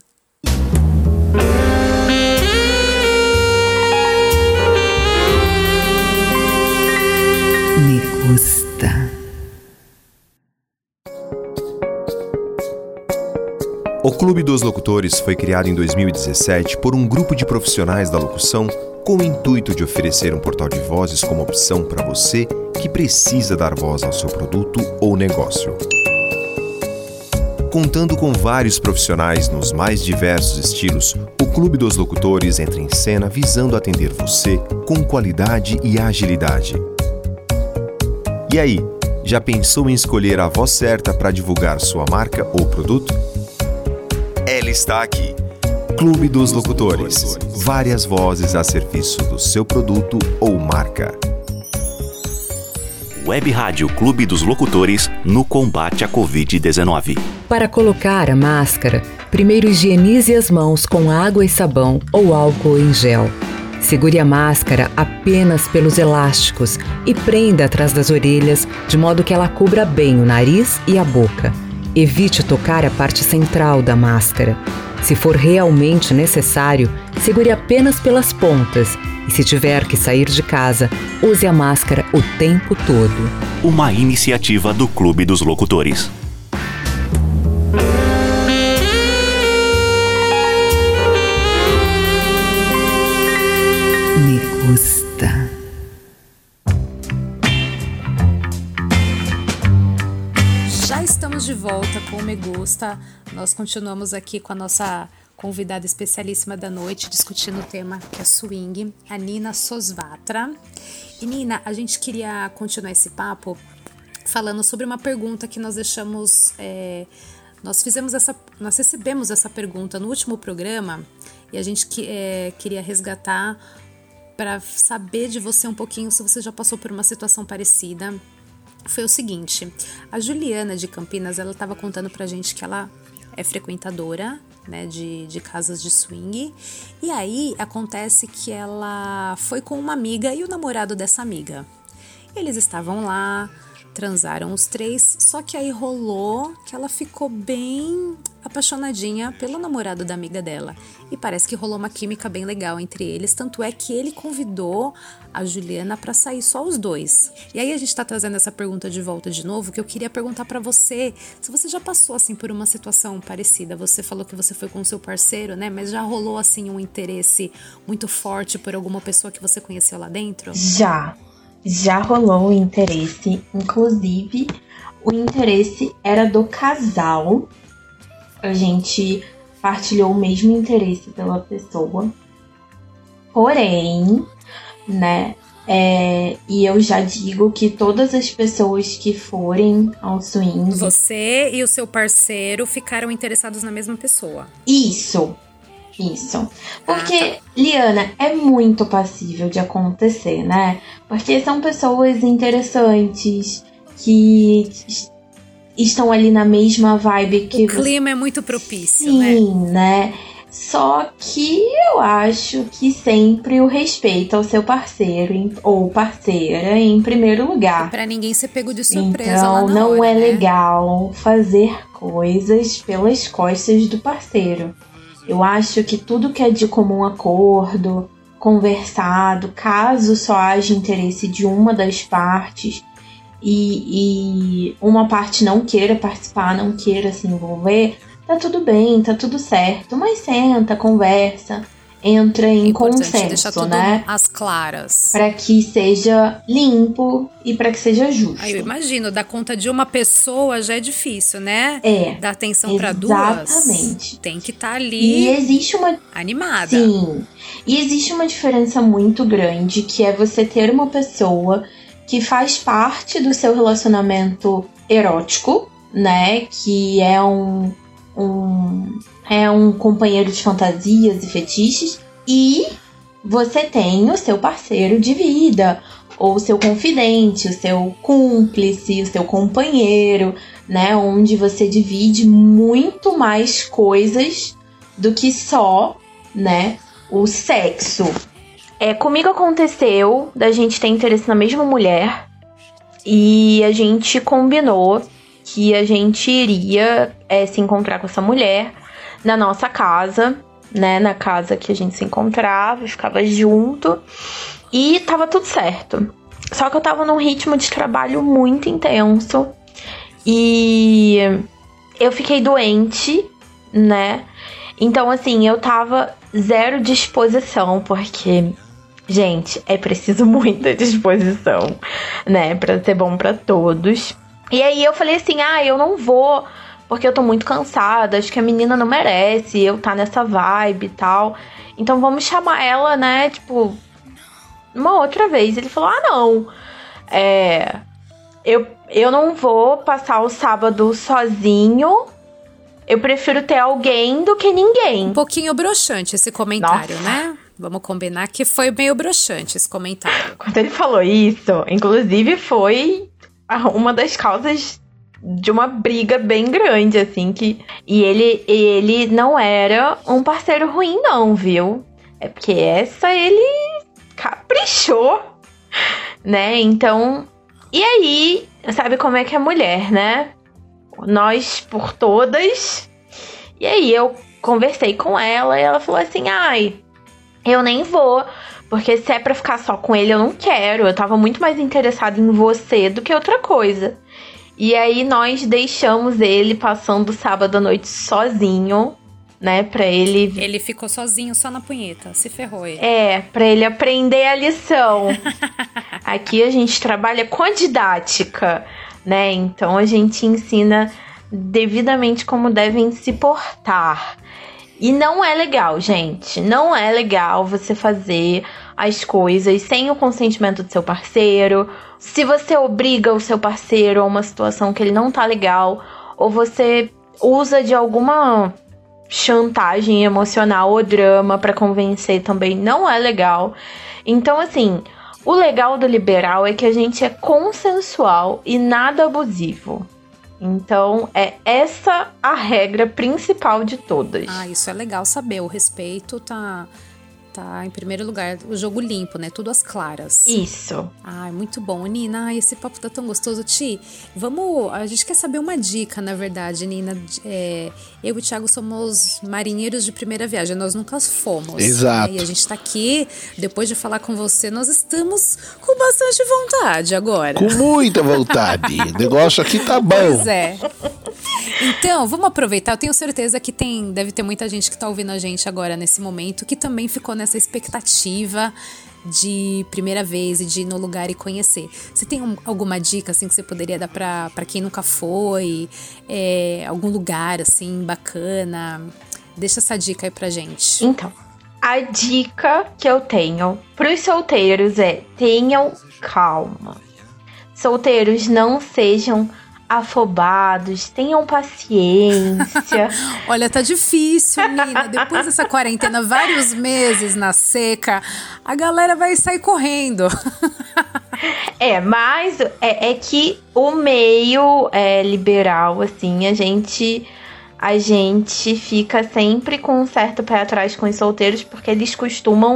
Me Gusta. O Clube dos Locutores foi criado em dois mil e dezessete por um grupo de profissionais da locução com o intuito de oferecer um portal de vozes como opção para você que precisa dar voz ao seu produto ou negócio. Contando com vários profissionais nos mais diversos estilos, o Clube dos Locutores entra em cena visando atender você com qualidade e agilidade. E aí, já pensou em escolher a voz certa para divulgar sua marca ou produto? Ela está aqui. Clube dos Locutores. Várias vozes a serviço do seu produto ou marca. Web Rádio Clube dos Locutores no combate à covid dezenove. Para colocar a máscara, primeiro higienize as mãos com água e sabão ou álcool em gel. Segure a máscara apenas pelos elásticos e prenda atrás das orelhas, de modo que ela cubra bem o nariz e a boca. Evite tocar a parte central da máscara. Se for realmente necessário, segure apenas pelas pontas. E se tiver que sair de casa, use a máscara o tempo todo. Uma iniciativa do Clube dos Locutores. Me Gusta. Já estamos de volta com o Me Gusta. Nós continuamos aqui com a nossa convidada especialíssima da noite, discutindo o tema que é swing, a Nina Sosvatra. E Nina, a gente queria continuar esse papo falando sobre uma pergunta que nós deixamos... É, nós fizemos essa... Nós recebemos essa pergunta no último programa e a gente que, é, queria resgatar para saber de você um pouquinho se você já passou por uma situação parecida. Foi o seguinte, a Juliana de Campinas, ela estava contando pra gente que ela é frequentadora, né, de, de casas de swing, e aí acontece que ela foi com uma amiga e o namorado dessa amiga. Eles estavam lá, transaram os três, só que aí rolou que ela ficou bem apaixonadinha pelo namorado da amiga dela. E parece que rolou uma química bem legal entre eles, tanto é que ele convidou a Juliana para sair só os dois. E aí a gente tá trazendo essa pergunta de volta de novo, que eu queria perguntar para você, se você já passou assim por uma situação parecida. Você falou que você foi com o seu parceiro, né? Mas já rolou assim um interesse muito forte por alguma pessoa que você conheceu lá dentro? Já. Já rolou o interesse, inclusive o interesse era do casal. A gente partilhou o mesmo interesse pela pessoa. Porém, né, é, e eu já digo que todas as pessoas que forem ao swing... Você e o seu parceiro ficaram interessados na mesma pessoa. Isso, isso. Porque, ah, tá. Liana, é muito passível de acontecer, né? Porque são pessoas interessantes, que estão ali na mesma vibe que... O clima você... é muito propício, Sim, né? Sim, né? Só que eu acho que sempre o respeito ao seu parceiro ou parceira em primeiro lugar. Pra ninguém ser pego de surpresa então, lá na não hora, é né? legal fazer coisas pelas costas do parceiro. Eu acho que tudo que é de comum acordo, conversado, caso só haja interesse de uma das partes e, e uma parte não queira participar, não queira se envolver... Tá tudo bem, tá tudo certo, mas senta, conversa, entra em é consenso, deixar tudo né? às claras. Pra que seja limpo e pra que seja justo. Aí eu imagino, dar conta de uma pessoa já é difícil, né? É. Dar atenção pra duas. Exatamente. Tem que estar tá ali e existe uma... animada. Sim. E existe uma diferença muito grande, que é você ter uma pessoa que faz parte do seu relacionamento erótico, né? Que é um... Um, é um companheiro de fantasias e fetiches, e você tem o seu parceiro de vida, ou o seu confidente, o seu cúmplice, o seu companheiro, né? Onde você divide muito mais coisas do que só, né, o sexo. É, comigo aconteceu da gente ter interesse na mesma mulher, e a gente combinou que a gente iria é, se encontrar com essa mulher na nossa casa, né? Na casa que a gente se encontrava, ficava junto. E tava tudo certo. Só que eu tava num ritmo de trabalho muito intenso. E eu fiquei doente, né? Então, assim, eu tava zero disposição, porque... Gente, é preciso muita disposição, né? Pra ser bom pra todos. E aí eu falei assim, ah, eu não vou, porque eu tô muito cansada, acho que a menina não merece eu tá nessa vibe e tal. Então vamos chamar ela, né, tipo, uma outra vez. Ele falou, ah, não, é, eu, eu não vou passar o sábado sozinho, eu prefiro ter alguém do que ninguém. Um pouquinho broxante esse comentário, Nossa. né? Vamos combinar que foi meio broxante esse comentário. Quando ele falou isso, inclusive foi... uma das causas de uma briga bem grande, assim, que... E ele, ele não era um parceiro ruim, não, viu? É porque essa ele caprichou, né? Então... E aí, sabe como é que é mulher, né? Nós por todas. E aí eu conversei com ela e ela falou assim, ai, eu nem vou... Porque se é pra ficar só com ele, eu não quero. Eu tava muito mais interessada em você do que outra coisa. E aí, nós deixamos ele passando o sábado à noite sozinho, né? Pra ele... Ele ficou sozinho só na punheta. Se ferrou ele. É, pra ele aprender a lição. Aqui a gente trabalha com a didática, né? Então, a gente ensina devidamente como devem se portar. E não é legal, gente. Não é legal você fazer as coisas sem o consentimento do seu parceiro. Se você obriga o seu parceiro a uma situação que ele não tá legal, ou você usa de alguma chantagem emocional ou drama pra convencer, também não é legal. Então, assim, o legal do liberal é que a gente é consensual e nada abusivo. Então, é essa a regra principal de todas. Ah, isso é legal saber. O respeito tá, tá em primeiro lugar. O jogo limpo, né? Tudo às claras. Isso. Ai, muito bom, Nina. Ai, esse papo tá tão gostoso. Ti, vamos... A gente quer saber uma dica, na verdade, Nina. É, eu e o Thiago somos marinheiros de primeira viagem. Nós nunca fomos. Exato. Né? E a gente tá aqui, depois de falar com você, nós estamos com bastante vontade agora. Com muita vontade. O negócio aqui tá bom. Pois é. Então, vamos aproveitar. Eu tenho certeza que tem, deve ter muita gente que tá ouvindo a gente agora nesse momento, que também ficou nessa expectativa de primeira vez e de ir no lugar e conhecer. Você tem um, alguma dica assim que você poderia dar pra, pra quem nunca foi? É, algum lugar assim bacana? Deixa essa dica aí pra gente. Então, a dica que eu tenho pros solteiros é: tenham calma. Solteiros, não sejam afobados, tenham paciência. Olha, tá difícil, Nina. Depois dessa quarentena, vários meses na seca, a galera vai sair correndo. É, mas é, é que o meio é, liberal, assim, a gente, a gente fica sempre com um certo pé atrás com os solteiros, porque eles costumam,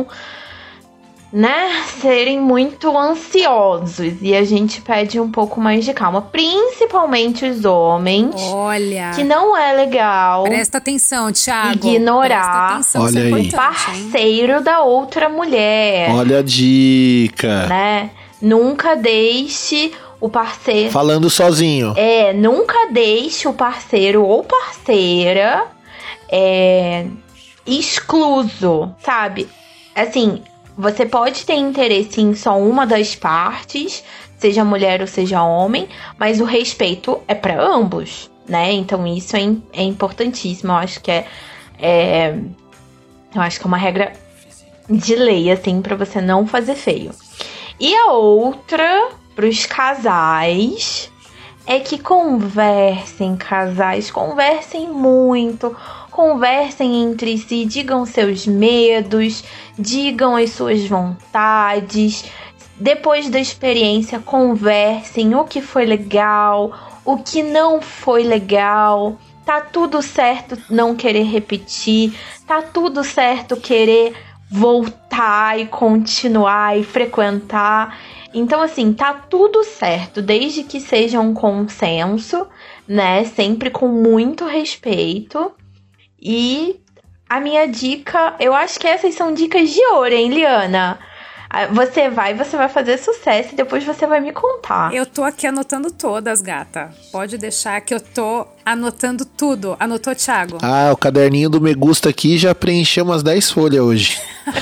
né, serem muito ansiosos, e a gente pede um pouco mais de calma, principalmente os homens. Olha, que não é legal. Presta atenção, Thiago. Ignorar atenção, Olha aí. o parceiro hein? da outra mulher. Olha a dica. Né? Nunca deixe o parceiro... Falando sozinho. É, nunca deixe o parceiro ou parceira é, excluso, sabe? Assim, você pode ter interesse em só uma das partes, seja mulher ou seja homem, mas o respeito é para ambos, né? Então isso é, é importantíssimo. Eu acho que é, é, eu acho que é uma regra de lei, assim, para você não fazer feio. E a outra, pros casais, é que conversem, casais, conversem muito, conversem entre si, digam seus medos, digam as suas vontades. Depois da experiência, conversem o que foi legal, o que não foi legal. Tá tudo certo não querer repetir, tá tudo certo querer voltar e continuar e frequentar. Então, assim, tá tudo certo, desde que seja um consenso, né? Sempre com muito respeito. E a minha dica, eu acho que essas são dicas de ouro, hein, Liana? Você vai, você vai fazer sucesso e depois você vai me contar. Eu tô aqui anotando todas, gata. Pode deixar que eu tô anotando tudo. Anotou, Thiago? Ah, o caderninho do Me Gusta aqui já preencheu umas dez folhas hoje.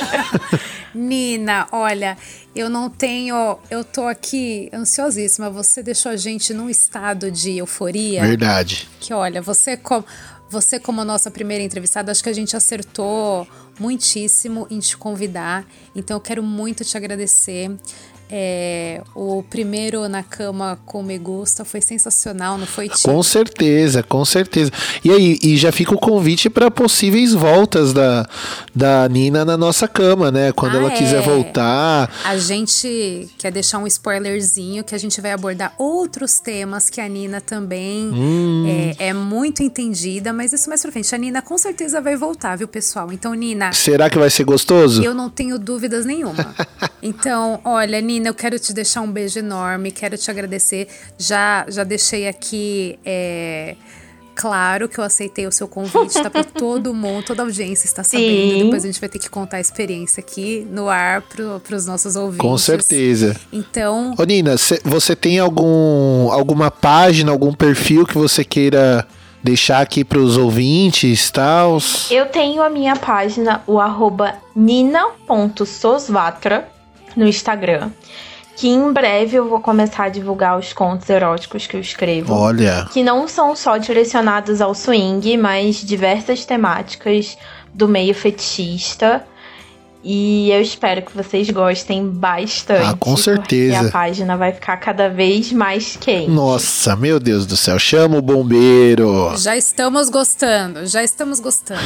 Nina, olha, eu não tenho... Eu tô aqui ansiosíssima. Você deixou a gente num estado de euforia. Verdade. Que, olha, você como... Você, como nossa primeira entrevistada, acho que a gente acertou muitíssimo em te convidar. Então, eu quero muito te agradecer. É, o primeiro na cama com Me Gusta foi sensacional, não foi, Tio? Com certeza, com certeza. E aí, e já fica o convite para possíveis voltas da, da Nina na nossa cama, né? Quando ah, ela é. quiser voltar. A gente quer deixar um spoilerzinho que a gente vai abordar outros temas que a Nina também hum. é, é muito entendida, mas isso mais pra frente. A Nina com certeza vai voltar, viu, pessoal? Então, Nina... Será que vai ser gostoso? Eu não tenho dúvidas nenhuma. Então, olha, Nina, eu quero te deixar um beijo enorme, quero te agradecer. Já, já deixei aqui é, claro que eu aceitei o seu convite, tá pra todo mundo, toda a audiência está sabendo. Sim. Depois a gente vai ter que contar a experiência aqui no ar pro, pros nossos ouvintes. Com certeza. Então... Ô Nina, cê, você tem algum, alguma página, algum perfil que você queira deixar aqui pros ouvintes e tal? Eu tenho a minha página, o arroba nina ponto sosvatra, no Instagram, que em breve eu vou começar a divulgar os contos eróticos que eu escrevo. Olha! Que não são só direcionados ao swing, mas diversas temáticas do meio fetichista. E eu espero que vocês gostem bastante. Ah, com certeza. Porque a página vai ficar cada vez mais quente. Nossa, meu Deus do céu, chama o bombeiro! Já estamos gostando, já estamos gostando.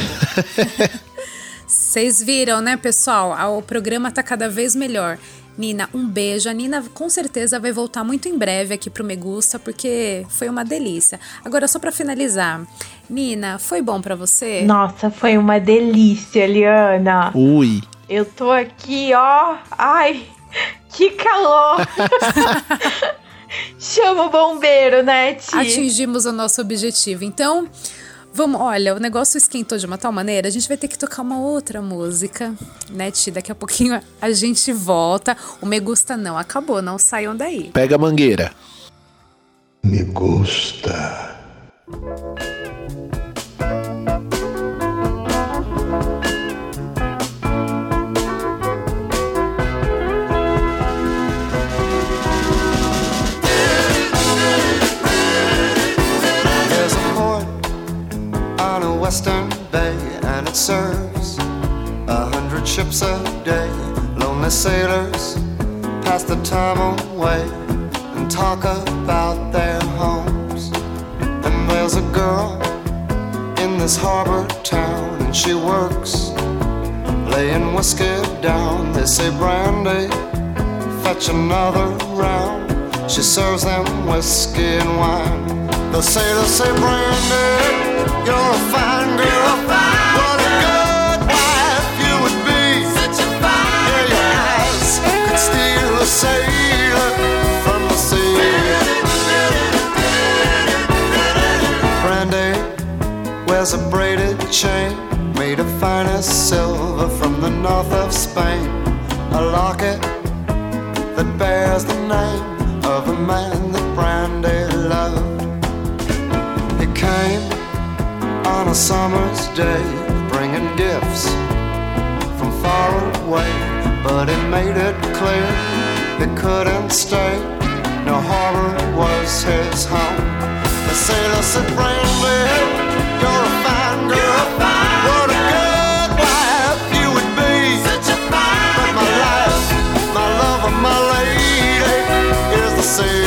Vocês viram, né, pessoal? O programa tá cada vez melhor. Nina, um beijo. A Nina com certeza vai voltar muito em breve aqui pro Me Gusta, porque foi uma delícia. Agora, só pra finalizar, Nina, foi bom pra você? Nossa, foi uma delícia, Liana. Ui. Eu tô aqui, ó. Ai, que calor. Chama o bombeiro, né, Ti? Atingimos o nosso objetivo. Então... Vamos, olha, o negócio esquentou de uma tal maneira, a gente vai ter que tocar uma outra música, né, Ti? Daqui a pouquinho a gente volta. O Me Gusta não acabou, não saiam daí. Pega a mangueira. Me gusta. western bay, and it serves a hundred ships a day. Lonely sailors pass the time away and talk about their homes. And there's a girl in this harbor town, and she works laying whiskey down. They say, Brandy, fetch another round. She serves them whiskey and wine. The sailors say, Brandy, you're a fine girl. What a good wife you would be. Such a fine yeah, your eyes could steal a sailor from the sea. Brandy wears a braided chain made of finest silver from the north of Spain. A locket that bears the name of a man that Brandy loved. He came on a summer's day, bringing gifts from far away, but he made it clear he couldn't stay. No harbor was his home. The sailor said, Brandy, you're a fine girl. What a good wife you would be. Such a fine but my life, my love, and my lady is the sea.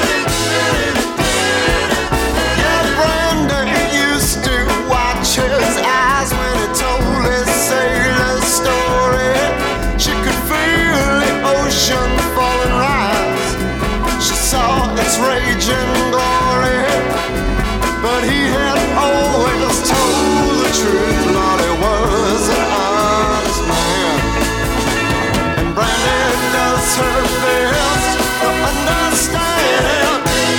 Yeah, Brandy used to watch his eyes when he told his sailor story. She could feel the ocean fall and rise. She saw its raging glory, but he had always told the truth. Lord, he was an honest man, and Brandy does her best to understand.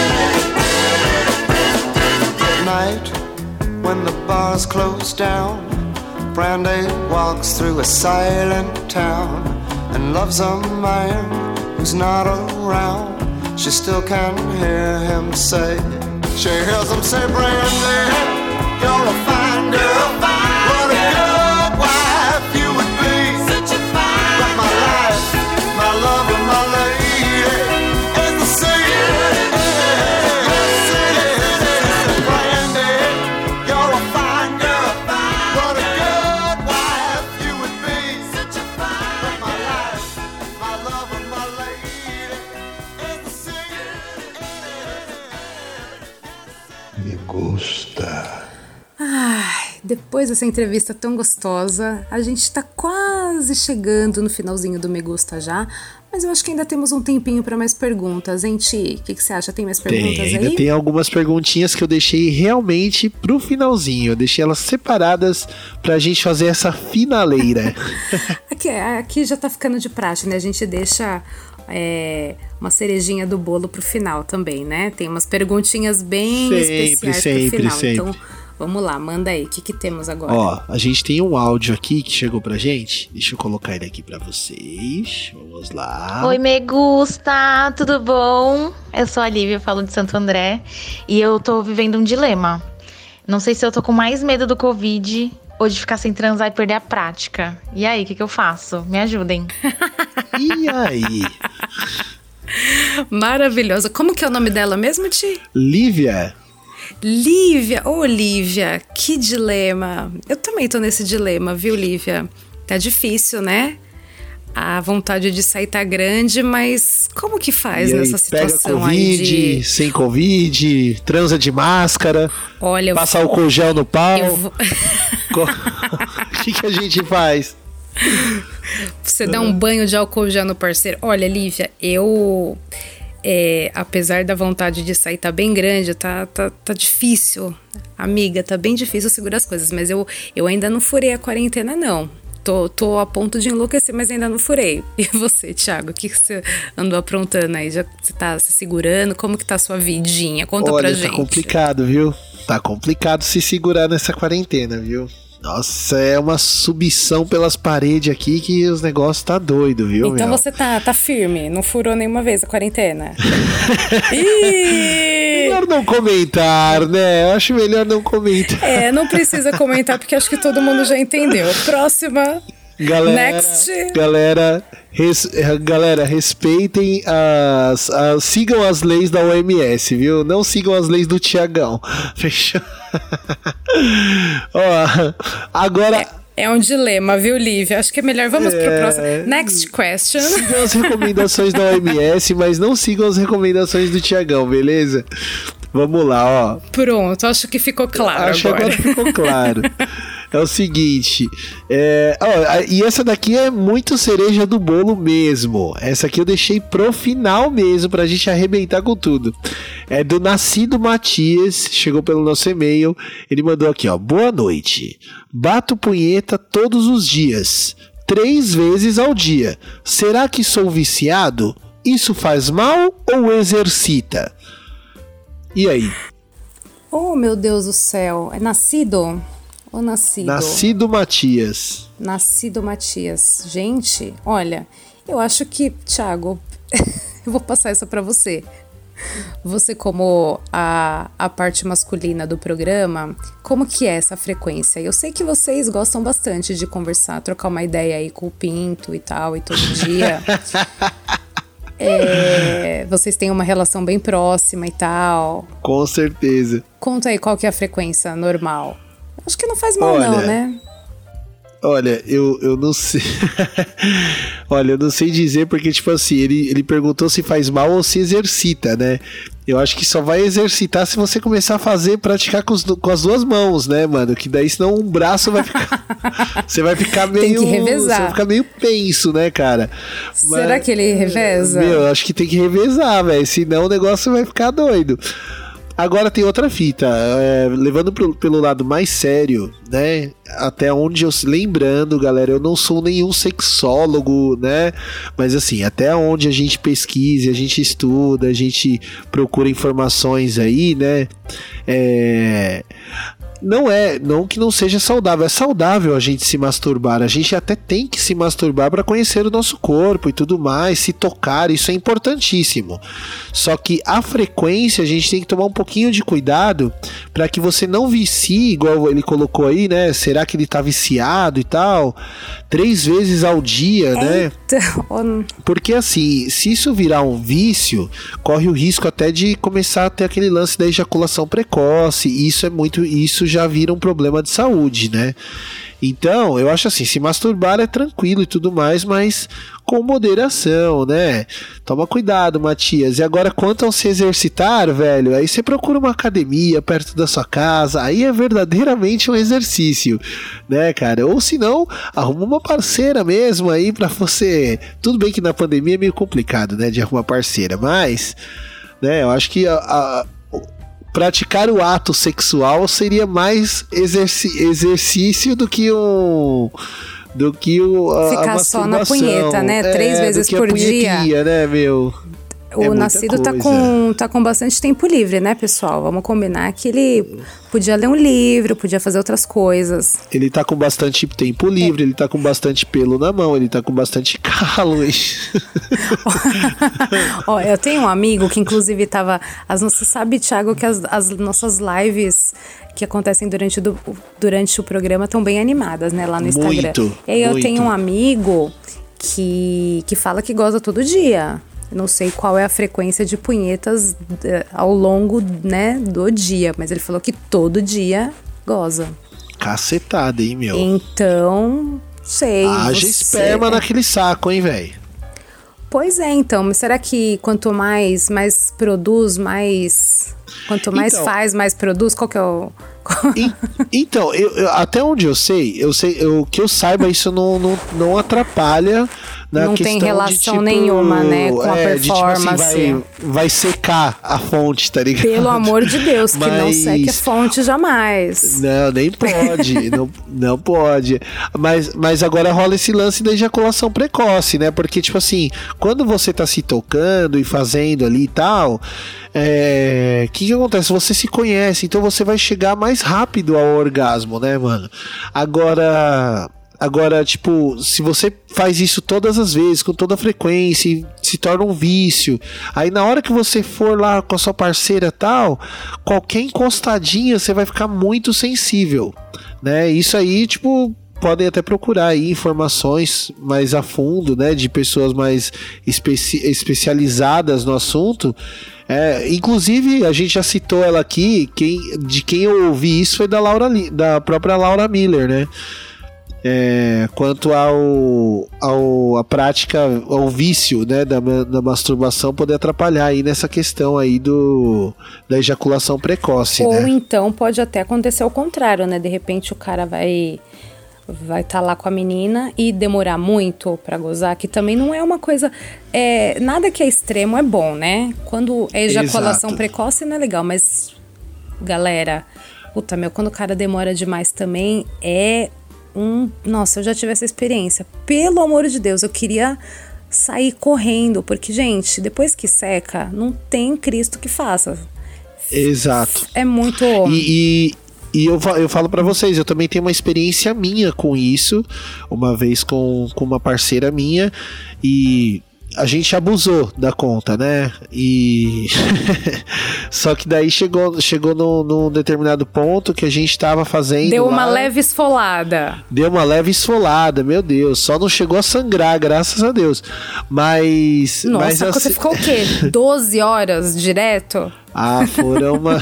At night, when the bars close down, Brandy walks through a silent town and loves a man who's not around. She still can hear him say, she hears him say, Brandy, you're a fine girl. What a good wife you would be. Such a fine but my life, my love, and my lady is the sea. Brandy, you're a fine girl. What a good wife you would be. Such a fine but my life, my love, and my lady is the sea. Me gusta. Ai, depois dessa entrevista tão gostosa, a gente tá quase chegando no finalzinho do Me Gusta já, mas eu acho que ainda temos um tempinho para mais perguntas, hein, Ti? O que, que você acha? Tem mais perguntas tem, aí? Ainda tem algumas perguntinhas que eu deixei realmente pro finalzinho. Eu deixei elas separadas pra gente fazer essa finaleira. aqui, aqui já tá ficando de praxe, né? A gente deixa é, uma cerejinha do bolo pro final também, né? Tem umas perguntinhas bem sempre, especiais sempre, pro final. sempre. Então, vamos lá, manda aí. O que, que temos agora? Ó, a gente tem um áudio aqui que chegou pra gente. Deixa eu colocar ele aqui pra vocês. Vamos lá. Oi, Me Gusta, tudo bom? Eu sou a Lívia, eu falo de Santo André. E eu tô vivendo um dilema. Não sei se eu tô com mais medo do Covid ou de ficar sem transar e perder a prática. E aí, o que, que eu faço? Me ajudem. E aí? Maravilhosa. Como que é o nome dela mesmo, Ti? Lívia. Lívia, ô oh, Lívia, que dilema. Eu também tô nesse dilema, viu, Lívia? Tá difícil, né? A vontade de sair tá grande, mas como que faz e nessa aí, situação pega COVID, aí de... sem Covid, transa de máscara, Olha, passa eu... álcool gel no pau. Eu vou... O que, que a gente faz? Você dá um banho de álcool gel no parceiro. Olha, Lívia, eu... É, apesar da vontade de sair tá bem grande, tá, tá, tá difícil, amiga, tá bem difícil segurar as coisas, mas eu, eu ainda não furei a quarentena, não. Tô, tô a ponto de enlouquecer, mas ainda não furei. E você, Thiago, o que, que você andou aprontando aí? Já você tá se segurando? Como que tá a sua vidinha? Conta Olha, pra tá gente. Tá complicado, viu? Tá complicado se segurar nessa quarentena, viu? Nossa, é uma subição pelas paredes aqui que os negócios tá doido, viu, Então meu? você tá, tá firme, não furou nenhuma vez a quarentena? Ih! Melhor não comentar, né? Eu acho melhor não comentar. É, não precisa comentar porque acho que todo mundo já entendeu. Próxima. Galera, Next. galera, res, galera, respeitem as, as... Sigam as leis da O M S, viu? Não sigam as leis do Tiagão. Fechou? Ó, agora... É. É um dilema, viu, Lívia? Acho que é melhor. Vamos é... pro próximo. Next question. Sigam as recomendações da O M S, mas não sigam as recomendações do Tiagão, beleza? Vamos lá, ó. Pronto, acho que ficou claro acho agora. Acho que agora ficou claro. É o seguinte, é, ó, e essa daqui é muito cereja do bolo mesmo. Essa aqui eu deixei pro final mesmo, pra gente arrebentar com tudo. É do Nascido Matias, chegou pelo nosso e-mail. Ele mandou aqui, ó. Boa noite. Bato punheta todos os dias, três vezes ao dia. Será que sou viciado? Isso faz mal ou exercita? E aí? Oh, meu Deus do céu. É nascido? Ou nascido? Nascido Matias. Nascido Matias. Gente, olha, eu acho que, Thiago, eu vou passar essa pra você. Você, como a, a parte masculina do programa, como que é essa frequência? Eu sei que vocês gostam bastante de conversar, trocar uma ideia aí com o Pinto e tal, e todo dia. É, vocês têm uma relação bem próxima e tal. Com certeza. Conta aí qual que é a frequência normal. Acho que não faz mal. Olha, não, né? Olha, eu, eu não sei. Olha, eu não sei dizer porque, tipo assim, ele, ele perguntou se faz mal ou se exercita, né? Eu acho que só vai exercitar se você começar a fazer, praticar com, os, com as duas mãos, né, mano? Que daí senão um braço vai ficar... Você vai ficar meio... Tem que revezar. Você vai ficar meio penso, né, cara? Será Mas, que ele reveza? Meu, eu acho que tem que revezar, velho. Senão o negócio vai ficar doido. Agora tem outra fita, é, levando pro, pelo lado mais sério, né? Até onde eu... Lembrando, galera, eu não sou nenhum sexólogo, né? Mas assim, até onde a gente pesquisa, a gente estuda, a gente procura informações aí, né? É... Não é, não que não seja saudável, é saudável a gente se masturbar, a gente até tem que se masturbar para conhecer o nosso corpo e tudo mais, se tocar, isso é importantíssimo. Só que a frequência a gente tem que tomar um pouquinho de cuidado para que você não vicie, igual ele colocou aí, né? Será que ele tá viciado e tal? Três vezes ao dia, né? Então... Porque assim, se isso virar um vício, corre o risco até de começar a ter aquele lance da ejaculação precoce, e isso é muito, isso já vira um problema de saúde, né? Então, eu acho assim, se masturbar é tranquilo e tudo mais, mas com moderação, né? Toma cuidado, Matias. E agora, quanto ao se exercitar, velho, aí você procura uma academia perto da sua casa, aí é verdadeiramente um exercício, né, cara? Ou se não, arruma uma parceira mesmo aí pra você... Tudo bem que na pandemia é meio complicado, né, de arrumar parceira, mas, né, eu acho que a... a praticar o ato sexual seria mais exerc- exercício do que um... do que o, a, ficar a só na punheta, né? É, Três vezes por dia. Né, meu? O é Nascido tá com, tá com bastante tempo livre, né, pessoal? Vamos combinar que ele podia ler um livro, podia fazer outras coisas. Ele tá com bastante tempo livre, é. Ele tá com bastante pelo na mão, ele tá com bastante calo. Ó, eu tenho um amigo que inclusive tava... As, você sabe, Thiago, que as, as nossas lives que acontecem durante, do, durante o programa estão bem animadas, né, lá no Instagram. Muito, e aí eu muito. tenho um amigo que, que fala que goza todo dia. Não sei qual é a frequência de punhetas uh, ao longo, né, do dia, mas ele falou que todo dia goza. Cacetada, hein, meu? Então, sei. Haja você... esperma naquele saco, hein, velho? Pois é, então, mas será que quanto mais, mais produz, mais... Quanto mais então, faz, mais produz? Qual que é o... e, então, eu, eu, até onde eu sei, eu sei, eu, que eu saiba, isso não, não, não atrapalha na não questão tem relação de, tipo, nenhuma, né, com a é, performance. De, tipo assim, vai, vai secar a fonte, tá ligado? Pelo amor de Deus, que Mas... não seque a fonte jamais. Não, nem pode, não, não pode. Mas, mas agora rola esse lance da ejaculação precoce, né? Porque, tipo assim, quando você tá se tocando e fazendo ali e tal, é, que que acontece? Você se conhece, então você vai chegar mais rápido ao orgasmo, né, mano? Agora... Agora, tipo, se você faz isso todas as vezes, com toda a frequência, e se torna um vício, aí na hora que você for lá com a sua parceira e tal, qualquer encostadinha você vai ficar muito sensível, né? Isso aí, tipo, podem até procurar aí informações mais a fundo, né, de pessoas mais especi- especializadas no assunto. É, inclusive, a gente já citou ela aqui, quem, de quem eu ouvi isso foi da, Laura, da própria Laura Miller, né? É, quanto ao, ao a prática, ao vício, né, da, da masturbação poder atrapalhar aí nessa questão aí do, da ejaculação precoce. Ou né? então pode até acontecer ao contrário, né? De repente o cara vai vai estar tá lá com a menina e demorar muito pra gozar, que também não é uma coisa... É, nada que é extremo é bom, né? Quando é ejaculação Exato. precoce não é legal, mas galera, puta meu, quando o cara demora demais também é um... Nossa, eu já tive essa experiência. Pelo amor de Deus, eu queria sair correndo, porque, gente, depois que seca, não tem Cristo que faça. Exato. É muito... E... e... E eu, eu falo pra vocês, eu também tenho uma experiência minha com isso, uma vez com, com uma parceira minha, e a gente abusou da conta, né? E só que daí chegou, chegou num, num determinado ponto que a gente tava fazendo. Deu uma lá, leve esfolada. Deu uma leve esfolada, meu Deus. Só não chegou a sangrar, graças a Deus. Mas. Nossa, mas você assim... ficou o quê? doze horas direto? Ah, foram uma.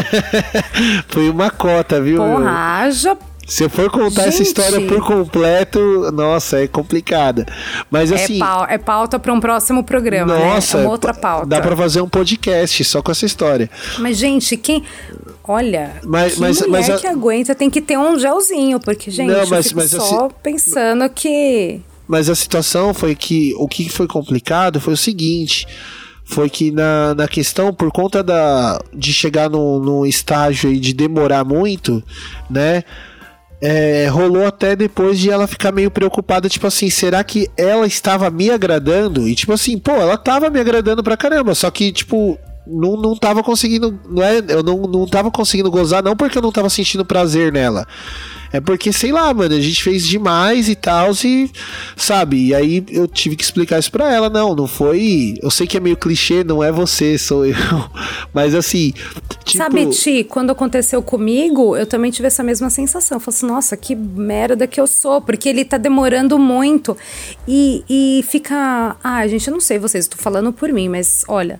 Foi uma cota, viu? Porra, haja. Se eu for contar Gente. essa história por completo, nossa, é complicada. Mas assim. É, pau, é pauta para um próximo programa, nossa, né? É uma outra pauta. Dá pra fazer um podcast só com essa história. Mas, gente, quem. Olha, mas, que mas, mulher mas a... que aguenta tem que ter um gelzinho, porque, gente, Não, mas, eu fico mas só assim... pensando que. Mas a situação foi que o que foi complicado foi o seguinte. Foi que na, na questão, por conta da, de chegar num, num estágio aí de demorar muito, né? É, rolou até depois de ela ficar meio preocupada, tipo assim, será que ela estava me agradando? E tipo assim, pô, ela tava me agradando pra caramba, só que, tipo, não, não tava conseguindo, não é, eu não, não tava conseguindo gozar, não porque eu não tava sentindo prazer nela. É porque, sei lá, mano, a gente fez demais e tal, e, sabe, e aí eu tive que explicar isso pra ela, não, não foi, eu sei que é meio clichê, não é você, sou eu, mas assim, tipo... Sabe, Ti, quando aconteceu comigo, eu também tive essa mesma sensação, eu falei assim, nossa, que merda que eu sou, porque ele tá demorando muito, e, e fica, ah, gente, eu não sei vocês, eu tô falando por mim, mas, olha,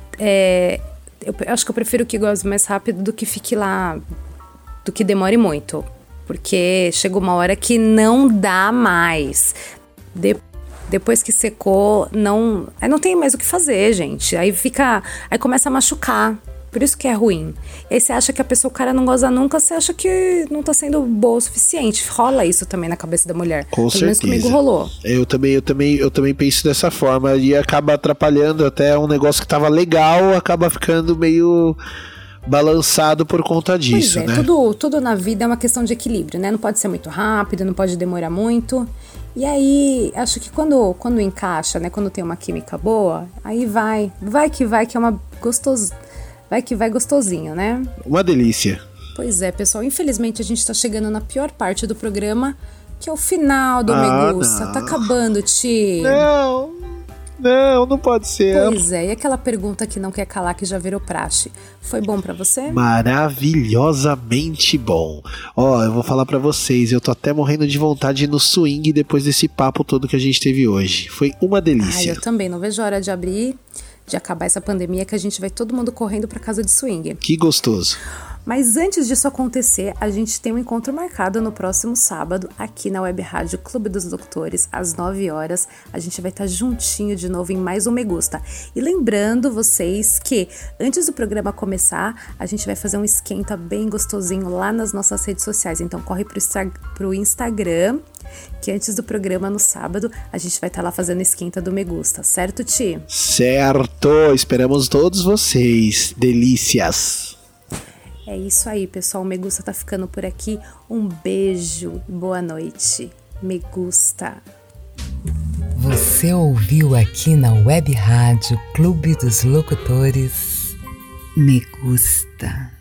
é, eu acho que eu prefiro que goze mais rápido do que fique lá, do que demore muito. Porque chega uma hora que não dá mais. De, depois que secou, não, aí não tem mais o que fazer, gente. Aí fica, aí começa a machucar. Por isso que é ruim. E aí você acha que a pessoa, o cara não goza nunca, você acha que não tá sendo boa o suficiente. Rola isso também na cabeça da mulher. Com Pelo menos comigo rolou. Eu também, eu também, eu também penso dessa forma. E acaba atrapalhando até um negócio que tava legal, acaba ficando meio... balançado por conta disso, pois é, né? Tudo, tudo na vida é uma questão de equilíbrio, né? Não pode ser muito rápido, não pode demorar muito. E aí, acho que quando, quando encaixa, né? Quando tem uma química boa, aí vai. Vai que vai, que é uma gostoso. Vai que vai gostosinho, né? Uma delícia. Pois é, pessoal. Infelizmente, a gente tá chegando na pior parte do programa, que é o final do ah, Me Gusta. Tá acabando, Ti. Não... Não, não pode ser. Pois é, e aquela pergunta que não quer calar, que já virou praxe. Foi bom pra você? Maravilhosamente bom. Ó, eu vou falar pra vocês, eu tô até morrendo de vontade de ir no swing depois desse papo todo que a gente teve hoje. Foi uma delícia. Ai, eu também, não vejo a hora de abrir, de acabar essa pandemia, que a gente vai todo mundo correndo pra casa de swing. Que gostoso. Mas antes disso acontecer, a gente tem um encontro marcado no próximo sábado, aqui na Web Rádio Clube dos Locutores, às nove horas. A gente vai estar juntinho de novo em mais um Me Gusta. E lembrando vocês que, antes do programa começar, a gente vai fazer um esquenta bem gostosinho lá nas nossas redes sociais. Então corre pro, pro Instagram, que antes do programa no sábado, a gente vai estar lá fazendo esquenta do Me Gusta. Certo, Ti? Certo! Esperamos todos vocês. Delícias! É isso aí, pessoal. O Me Gusta tá ficando por aqui. Um beijo, boa noite. Me Gusta. Você ouviu aqui na Web Rádio Clube dos Locutores Me Gusta.